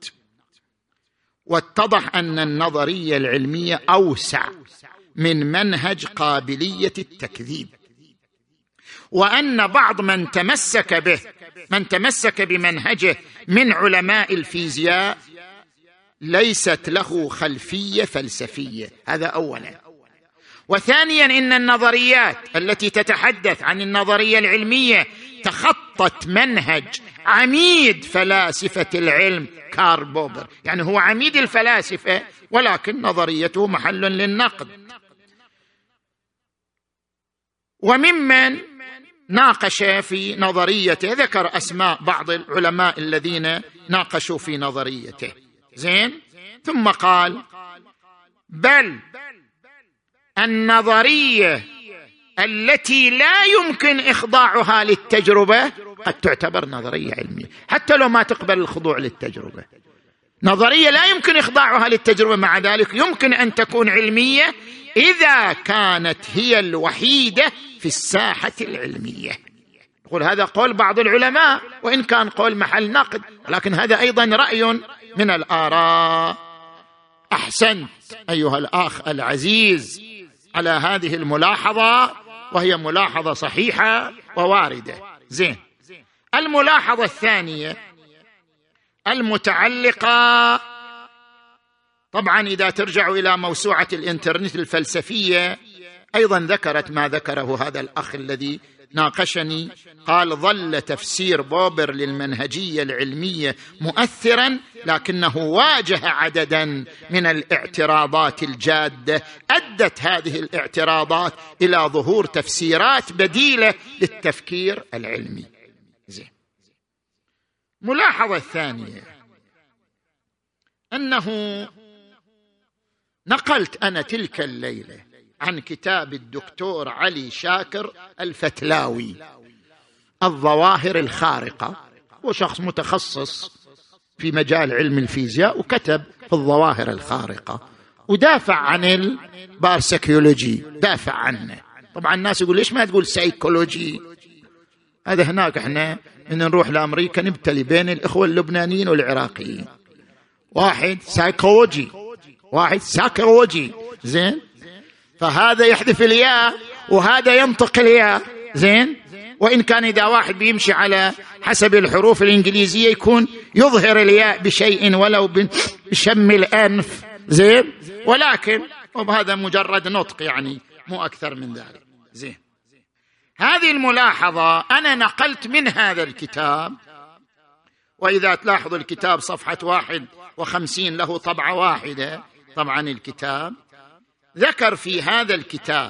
واتضح أن النظرية العلمية أوسع من منهج قابلية التكذيب، وأن بعض من تمسك بمنهجه من علماء الفيزياء ليست له خلفية فلسفية، هذا أولا. وثانيا، إن النظريات التي تتحدث عن النظرية العلمية تخطت منهج عميد فلاسفة العلم كارل بوبر، يعني هو عميد الفلاسفة ولكن نظريته محل للنقد. وممن ناقش في نظريته ذكر أسماء بعض العلماء الذين ناقشوا في نظريته. زين، ثم قال: بل النظرية التي لا يمكن إخضاعها للتجربة قد تعتبر نظرية علمية، حتى لو ما تقبل الخضوع للتجربة. نظرية لا يمكن إخضاعها للتجربة، مع ذلك يمكن أن تكون علمية إذا كانت هي الوحيدة في الساحة العلمية. يقول هذا قول بعض العلماء، وإن كان قول محل نقد، لكن هذا أيضا رأي من الآراء. أحسنت أيها الأخ العزيز على هذه الملاحظة، وهي ملاحظة صحيحة وواردة. زين، الملاحظة الثانية المتعلقة، طبعا إذا ترجعوا إلى موسوعة الإنترنت الفلسفية أيضا ذكرت ما ذكره هذا الأخ الذي ناقشني. قال: ظل تفسير بوبر للمنهجية العلمية مؤثرا، لكنه واجه عددا من الاعتراضات الجادة، أدت هذه الاعتراضات إلى ظهور تفسيرات بديلة للتفكير العلمي. زين، ملاحظة الثانية أنه نقلت أنا تلك الليلة عن كتاب الدكتور علي شاكر الفتلاوي الظواهر الخارقة، هو شخص متخصص في مجال علم الفيزياء، وكتب في الظواهر الخارقة ودافع عن البارسيكولوجي، دافع عنه. طبعا الناس يقول ليش ما تقول سايكولوجي؟ هذا هناك احنا من نروح لأمريكا نبتلي بين الإخوة اللبنانيين والعراقيين، واحد سايكولوجي واحد سايكولوجي. زين، فهذا يحذف الياء وهذا ينطق الياء. زين، وإن كان إذا واحد بيمشي على حسب الحروف الإنجليزية يكون يظهر الياء بشيء ولو بشم الأنف. زين، ولكن وهذا مجرد نطق، يعني مو أكثر من ذلك. زين، هذه الملاحظة أنا نقلت من هذا الكتاب، وإذا تلاحظوا الكتاب صفحة 51 له طبعة واحدة. طبعا الكتاب ذكر في هذا الكتاب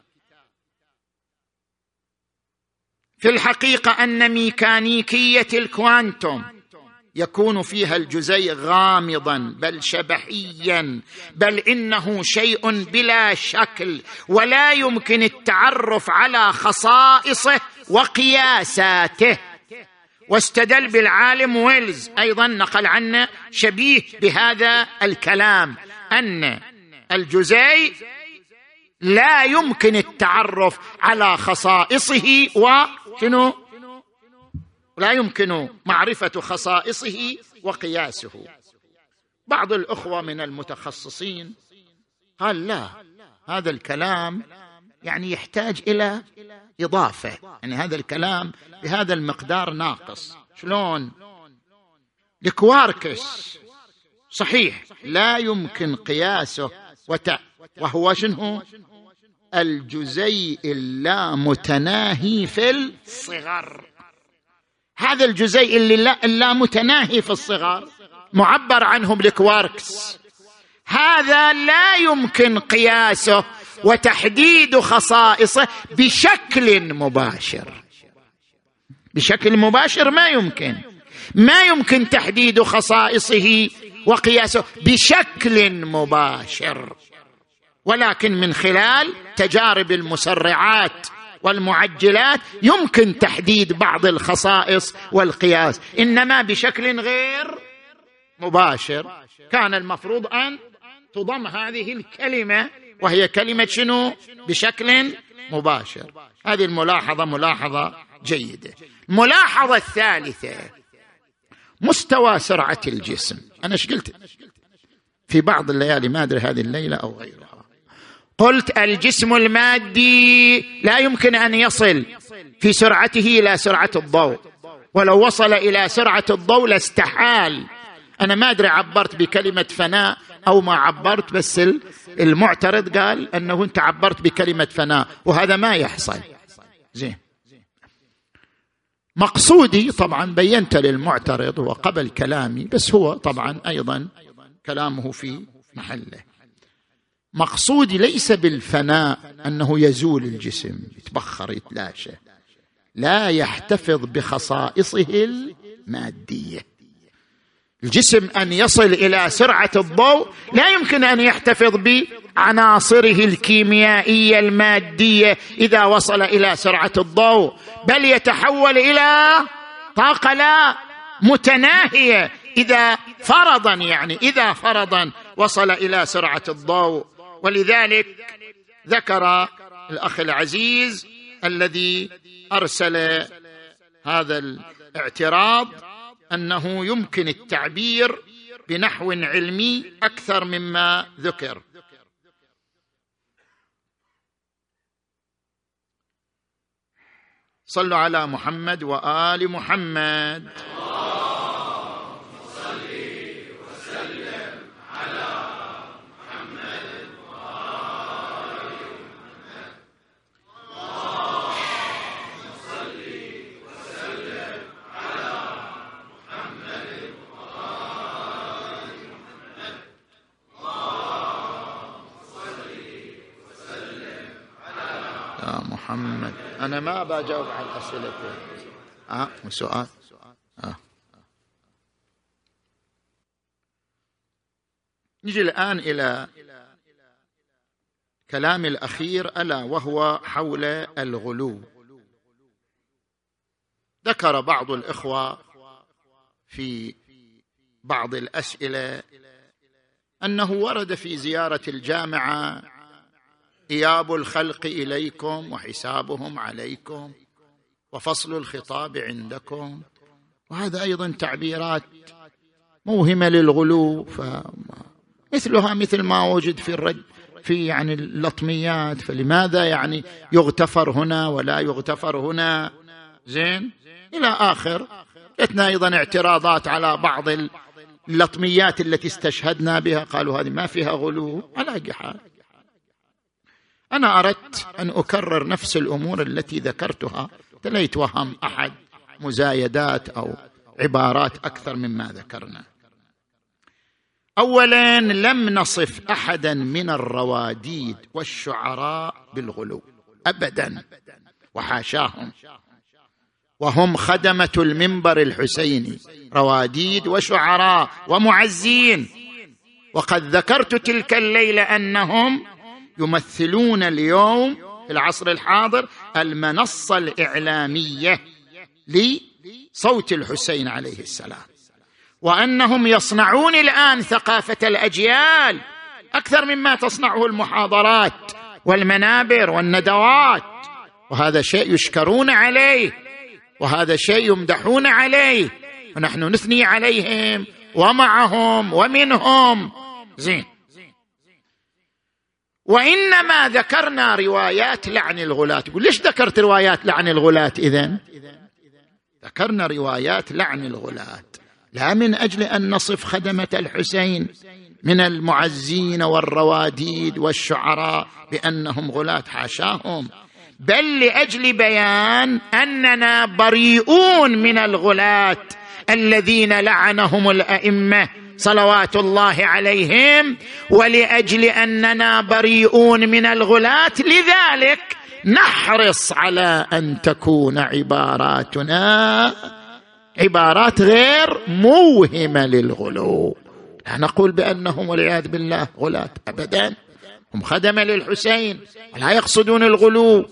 في الحقيقة أن ميكانيكية الكوانتم يكون فيها الجزيء غامضا بل شبحيا، بل إنه شيء بلا شكل ولا يمكن التعرف على خصائصه وقياساته. واستدل بالعالم ويلز، أيضا نقل عنه شبيه بهذا الكلام، أن الجزيء لا يمكن التعرف على خصائصه وشنو، لا يمكن معرفة خصائصه وقياسه. بعض الأخوة من المتخصصين قال لا، هذا الكلام يعني يحتاج إلى إضافة، يعني هذا الكلام بهذا المقدار ناقص. شلون؟ الكواركس صحيح لا يمكن قياسه وهو شنو؟ الجزيء اللامتناهي في الصغر. هذا الجزيء اللي لا متناهي في الصغر معبر عنه بالكواركس، هذا لا يمكن قياسه وتحديد خصائصه بشكل مباشر. بشكل مباشر ما يمكن تحديد خصائصه وقياسه بشكل مباشر، ولكن من خلال تجارب المسرعات والمعجلات يمكن تحديد بعض الخصائص والقياس، إنما بشكل غير مباشر. كان المفروض أن تضم هذه الكلمة، وهي كلمة شنو؟ بشكل مباشر. هذه الملاحظة ملاحظة جيدة. الملاحظة الثالثة مستوى سرعة الجسم. أنا قلت في بعض الليالي، ما أدري هذه الليلة أو غيرها، قلت الجسم المادي لا يمكن أن يصل في سرعته إلى سرعة الضوء، ولو وصل إلى سرعة الضوء لاستحال. أنا ما أدري عبرت بكلمة فناء أو ما عبرت، بس المعترض قال أنه أنت عبرت بكلمة فناء، وهذا ما يحصل. زين، مقصودي طبعا بينت للمعترض وقبل كلامي، بس هو طبعا أيضا كلامه في محله. مقصودي ليس بالفناء أنه يزول الجسم، يتبخر يتلاشى، لا يحتفظ بخصائصه المادية. الجسم أن يصل إلى سرعة الضوء لا يمكن أن يحتفظ بعناصره الكيميائية المادية إذا وصل إلى سرعة الضوء، بل يتحول إلى طاقة لا متناهية إذا فرضا وصل إلى سرعة الضوء. ولذلك ذكر الأخ العزيز الذي أرسل هذا الاعتراض أنه يمكن التعبير بنحو علمي أكثر مما ذكر. صلوا على محمد وآل محمد. محمد. أنا ما بجاوب على الأسئلة. سؤال. نجي الآن إلى كلام الأخير، ألا وهو حول الغلو. ذكر بعض الإخوة في بعض الأسئلة أنه ورد في زيارة الجامعة إياب الخلق إليكم وحسابهم عليكم وفصل الخطاب عندكم، وهذا أيضا تعبيرات موهمة للغلو، مثلها مثل ما وجد في الرد في يعني اللطميات، فلماذا يعني يغتفر هنا ولا يغتفر هنا؟ زين، إلى آخر. جتنا أيضا اعتراضات على بعض اللطميات التي استشهدنا بها، قالوا هذه ما فيها غلو. على أي حال، أنا أردت أن أكرر نفس الأمور التي ذكرتها، لا يتوهم أحد مزايدات أو عبارات أكثر مما ذكرنا. أولا، لم نصف أحدا من الرواديد والشعراء بالغلو أبدا، وحاشاهم، وهم خدمة المنبر الحسيني، رواديد وشعراء ومعزين. وقد ذكرت تلك الليلة أنهم يمثلون اليوم في العصر الحاضر المنصة الإعلامية لصوت الحسين عليه السلام، وأنهم يصنعون الآن ثقافة الأجيال أكثر مما تصنعه المحاضرات والمنابر والندوات، وهذا شيء يشكرون عليه، وهذا شيء يمدحون عليه، ونحن نثني عليهم ومعهم ومنهم. زين. وإنما ذكرنا روايات لعن الغلاة. يقول ليش ذكرت روايات لعن الغلاة إذن؟ ذكرنا روايات لعن الغلاة لا من أجل أن نصف خدمة الحسين من المعزين والرواديد والشعراء بأنهم غلاة، حاشاهم، بل لأجل بيان أننا بريئون من الغلاة الذين لعنهم الأئمة صلوات الله عليهم، ولأجل أننا بريئون من الغلاة لذلك نحرص على أن تكون عباراتنا عبارات غير موهمة للغلو. لا نقول بأنهم والعياذ بالله غلاة أبدا، هم خدمة للحسين ولا يقصدون الغلو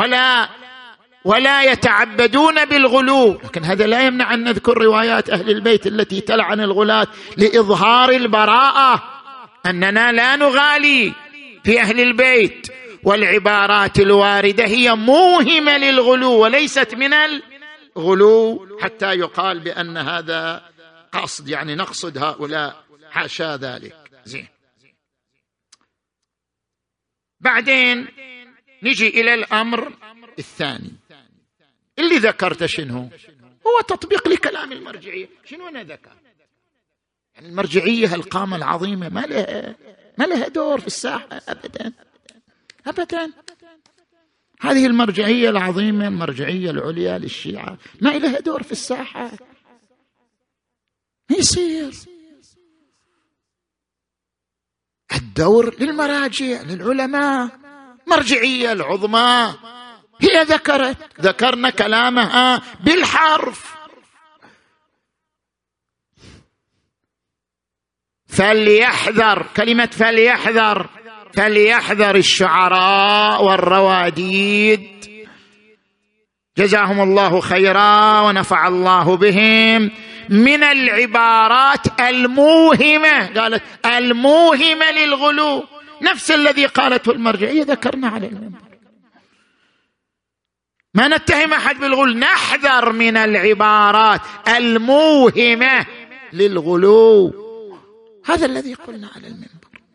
ولا يتعبدون بالغلو، لكن هذا لا يمنع أن نذكر روايات أهل البيت التي تلعن الغلاة لإظهار البراءة، أننا لا نغالي في أهل البيت، والعبارات الواردة هي موهمة للغلو وليست من الغلو حتى يقال بأن هذا قصد، يعني نقصد هؤلاء، حاشا ذلك. زين. بعدين نجي إلى الأمر الثاني اللي ذكرت، شنو هو؟ تطبيق لكلام المرجعية. شنو أنا ذكر؟ يعني المرجعية القامة العظيمة ما لها دور في الساحة أبدا أبدا. هذه المرجعية العظيمة، المرجعية العليا للشيعة، ما لها دور في الساحة. يصير الدور للمراجع للعلماء. مرجعية العظمى هي ذكرنا كلامها بالحرف. فليحذر، كلمة فليحذر الشعراء والرواديد جزاهم الله خيرا ونفع الله بهم من العبارات الموهمة، قالت الموهمة للغلو، نفس الذي قالته المرجعية ذكرنا على المنبر. ما نتهم أحد بالغلو، نحذر من العبارات الموهمة للغلو، هذا الذي قلنا على المنبر.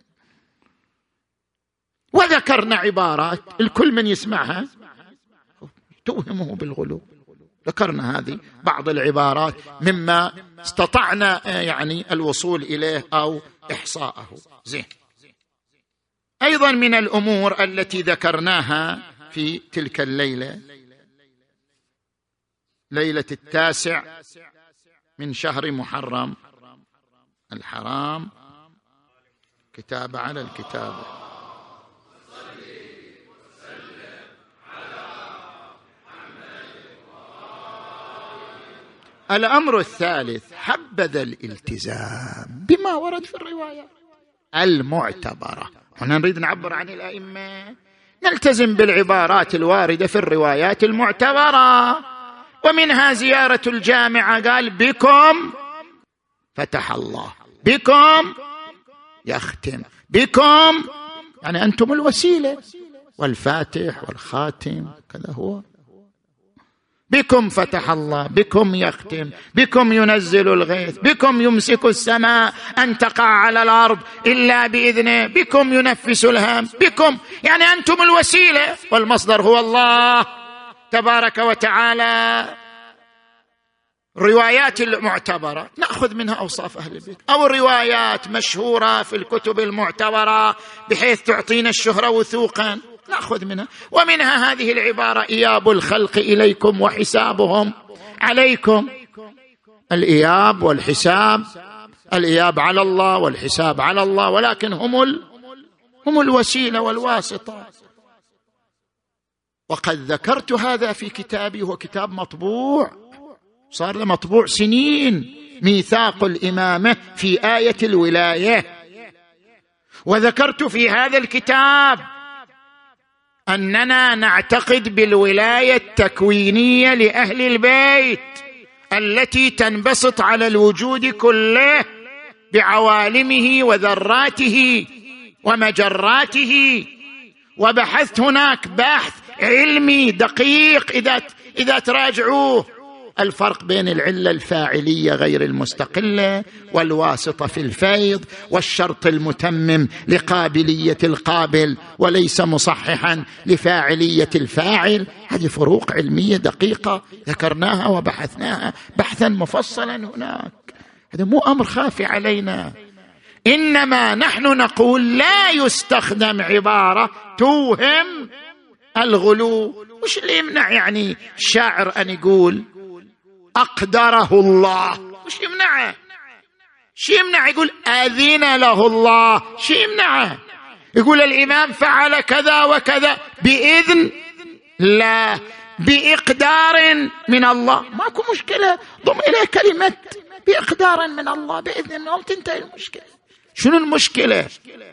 وذكرنا عبارات الكل من يسمعها توهمه بالغلو، ذكرنا هذه بعض العبارات مما استطعنا يعني الوصول إليه أو إحصاءه. زين. أيضا من الأمور التي ذكرناها في تلك الليلة، ليلة 9 من شهر محرم الحرام، كتابة على الكتابة. الأمر الثالث حبذا الالتزام بما ورد في الرواية المعتبرة. هنا نريد نعبر عن الأئمة، نلتزم بالعبارات الواردة في الروايات المعتبرة، ومنها زيارة الجامعة، قال بكم فتح الله، بكم يختم، بكم يعني أنتم الوسيلة، والفاتح والخاتم كذا هو. بكم فتح الله، بكم يختم، بكم ينزل الغيث، بكم يمسك السماء أن تقع على الأرض إلا بإذنه، بكم ينفس الهام، بكم يعني أنتم الوسيلة، والمصدر هو الله تبارك وتعالى. الروايات المعتبرة نأخذ منها أوصاف أهل البيت، أو الروايات مشهورة في الكتب المعتبرة بحيث تعطينا الشهرة وثوقا نأخذ منها. ومنها هذه العبارة إياب الخلق إليكم وحسابهم عليكم. الإياب والحساب، الإياب على الله والحساب على الله، ولكن هم الوسيلة والواسطة. وقد ذكرت هذا في كتابي، هو كتاب مطبوع، صار له مطبوع سنين، ميثاق الإمامة في آية الولاية. وذكرت في هذا الكتاب أننا نعتقد بالولاية التكوينية لأهل البيت التي تنبسط على الوجود كله بعوالمه وذراته، ومجراته، وبحثت هناك بحث علمي دقيق إذا تراجعوه، الفرق بين العلة الفاعلية غير المستقلة والواسطة في الفيض، والشرط المتمم لقابلية القابل وليس مصححا لفاعلية الفاعل. هذه فروق علمية دقيقة ذكرناها وبحثناها بحثا مفصلا هناك. هذا مو أمر خافي علينا، إنما نحن نقول لا يستخدم عبارة توهم الغلو. وش اللي يمنع يعني الشاعر أن يقول أقدره الله؟ وش يمنعه؟ شو يمنع يقول أذن له الله؟ شو يمنعه يقول الإمام فعل كذا وكذا بإذن لا بإقدار من الله؟ ماكو مشكلة، ضم إليه كلمة بإقدار من الله بإذن الله تنتهي المشكلة. شنو المشكلة؟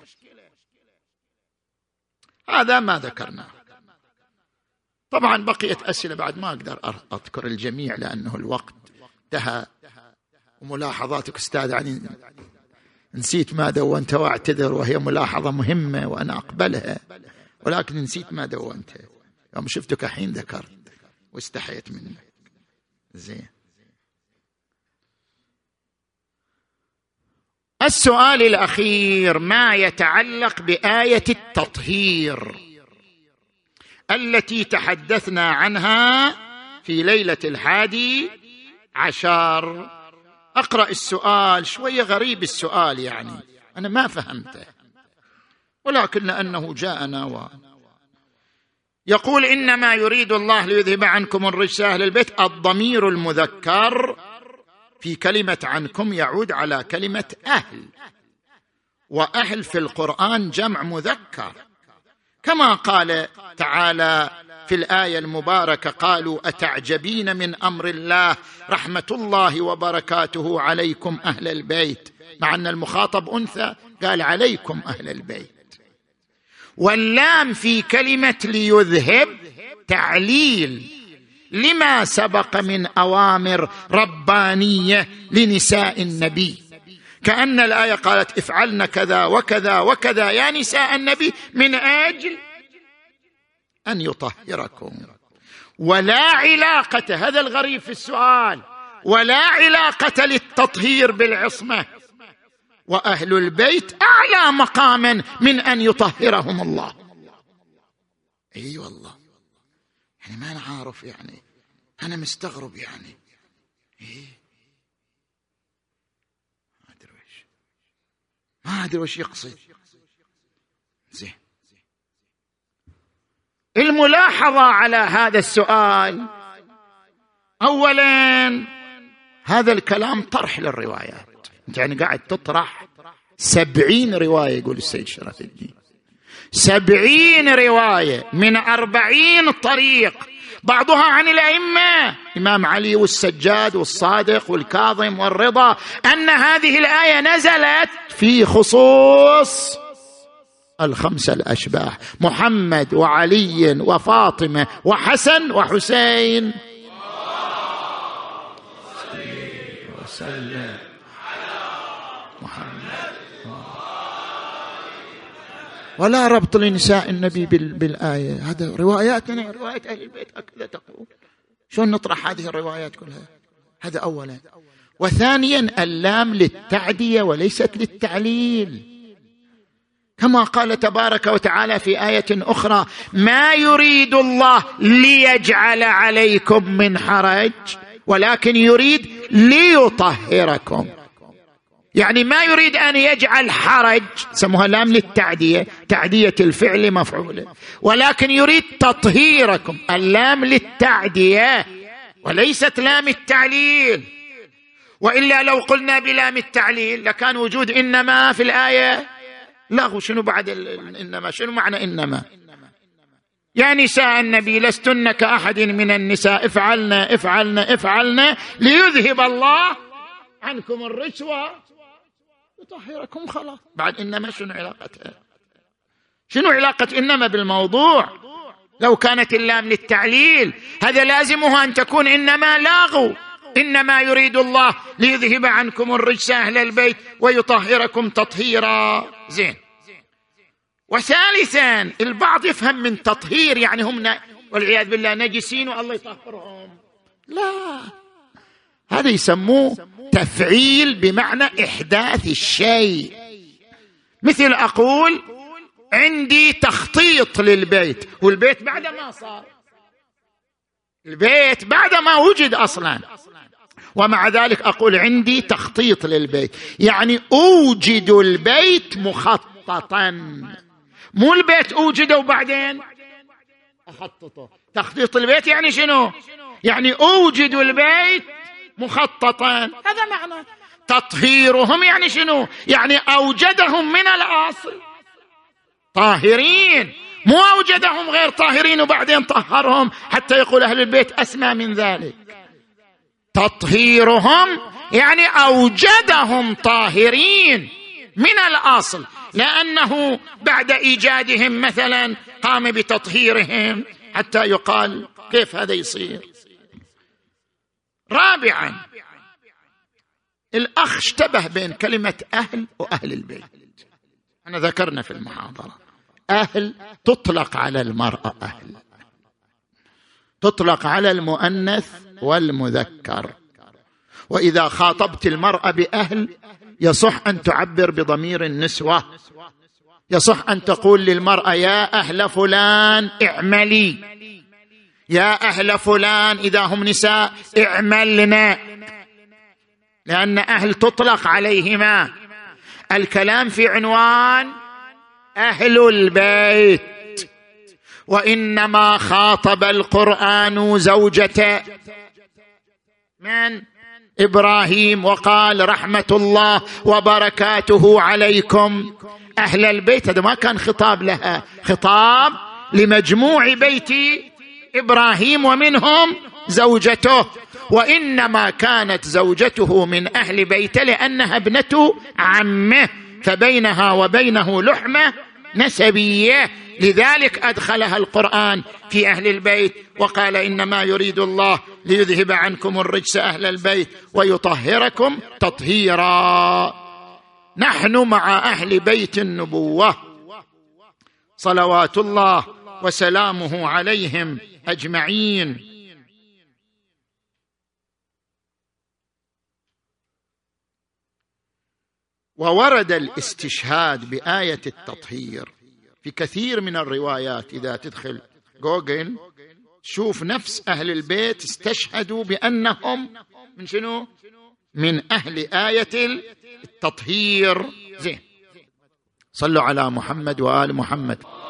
هذا ما ذكرناه. طبعا بقيت أسئلة بعد ما أقدر أذكر الجميع لأنه الوقت انتهى، وملاحظاتك أستاذ يعني نسيت ما دونت واعتذر، وهي ملاحظة مهمة وأنا أقبلها، ولكن نسيت ما دونت. يوم شفتك الحين ذكرت واستحيت منك. زين، السؤال الأخير ما يتعلق بآية التطهير التي تحدثنا عنها في ليلة 11. أقرأ السؤال، شوية غريب السؤال يعني أنا ما فهمته، ولكن لأنه جاءنا يقول إنما يريد الله ليذهب عنكم الرجس أهل البيت. الضمير المذكر في كلمة عنكم يعود على كلمة أهل، وأهل في القرآن جمع مذكر، كما قال تعالى في الآية المباركة قالوا أتعجبين من أمر الله رحمة الله وبركاته عليكم أهل البيت، مع أن المخاطب أنثى قال عليكم أهل البيت. واللام في كلمة ليذهب تعليل لما سبق من أوامر ربانية لنساء النبي، كأن الآية قالت افعلن كذا وكذا وكذا يا نساء النبي من أجل أن يطهركم. ولا علاقة، هذا الغريب في السؤال، ولا علاقة للتطهير بالعصمة، وأهل البيت أعلى مقاما من أن يطهرهم الله. أي والله يعني ما أنا عارف، يعني أنا مستغرب يعني ما أدري وش يقصد. زين، الملاحظة على هذا السؤال، أولا هذا الكلام طرح للروايات، أنت يعني قاعد تطرح 70 رواية يقول السيد شرف الدين، 70 رواية من 40 طريق، بعضها عن الأئمة إمام علي والسجاد والصادق والكاظم والرضا، أن هذه الآية نزلت في خصوص الخمسة الأشباح محمد وعلي وفاطمة وحسن وحسين. وسلم محمد، ولا ربط لنساء النبي بالآية. هذا رواياتنا، رواية أهل البيت هكذا تقول. شلون نطرح هذه الروايات كلها؟ هذا أولا. وثانيا اللام للتعدية وليست للتعليل، كما قال تبارك وتعالى في آية أخرى ما يريد الله ليجعل عليكم من حرج ولكن يريد ليطهركم، يعني ما يريد أن يجعل حرج، سموها لام للتعدية، تعدية الفعل مفعولة، ولكن يريد تطهيركم، اللام للتعدية وليست لام التعليل. وإلا لو قلنا بلام التعليل لكان وجود إنما في الآية لغو. شنو بعد إنما؟ شنو معنى إنما؟ يا نساء النبي لستن كأحد من النساء افعلنا افعلنا افعلنا ليذهب الله عنكم الرجس ويطهركم. خلاص، بعد إنما شنو علاقتها؟ شنو علاقة إنما بالموضوع؟ لو كانت اللام للتعليل هذا لازمها أن تكون إنما لاغو، إنما يريد الله ليذهب عنكم الرجس أهل البيت ويطهركم تطهيرا. زين، وثالثا البعض يفهم من تطهير يعني هم والعياذ بالله نجسين والله يطهرهم، لا، هذا يسموه تفعيل بمعنى إحداث الشيء. مثل أقول عندي تخطيط للبيت، والبيت بعد ما صار، البيت بعد ما وجد أصلا، ومع ذلك أقول عندي تخطيط للبيت، يعني أوجد البيت مخططا، مو البيت أوجده وبعدين أخططه. تخطيط البيت يعني شنو؟ يعني أوجد البيت مخططا، هذا معنى. تطهيرهم يعني شنو؟ يعني أوجدهم من الأصل طاهرين، مو أوجدهم غير طاهرين وبعدين طهرهم حتى يقول أهل البيت أسمى من ذلك. تطهيرهم يعني أوجدهم طاهرين من الأصل، لأنه بعد إيجادهم مثلا قام بتطهيرهم حتى يقال كيف هذا يصير. رابعا الأخ اشتبه بين كلمة أهل وأهل البيت. أنا ذكرنا في المحاضرة أهل تطلق على المرأة، أهل تطلق على المؤنث والمذكر، وإذا خاطبت المرأة بأهل يصح أن تعبر بضمير النسوة، يصح أن تقول للمرأة يا أهل فلان اعملي، يا أهل فلان إذا هم نساء اعملنا، لأن أهل تطلق عليهما. الكلام في عنوان أهل البيت، وإنما خاطب القرآن زوجة من؟ إبراهيم، وقال رحمة الله وبركاته عليكم أهل البيت. هذا ما كان خطاب لها، خطاب لمجموع بيت إبراهيم ومنهم زوجته، وإنما كانت زوجته من أهل بيته لأنها ابنة عمه، فبينها وبينه لحمة نسبية، لذلك أدخلها القرآن في أهل البيت وقال إنما يريد الله ليذهب عنكم الرجس أهل البيت ويطهركم تطهيرا. نحن مع أهل بيت النبوة صلوات الله وسلامه عليهم أجمعين. وورد الاستشهاد بآية التطهير في كثير من الروايات. إذا تدخل جوجل شوف نفس أهل البيت استشهدوا بأنهم من شنو؟ من أهل آية التطهير. زين، صلوا على محمد وآل محمد.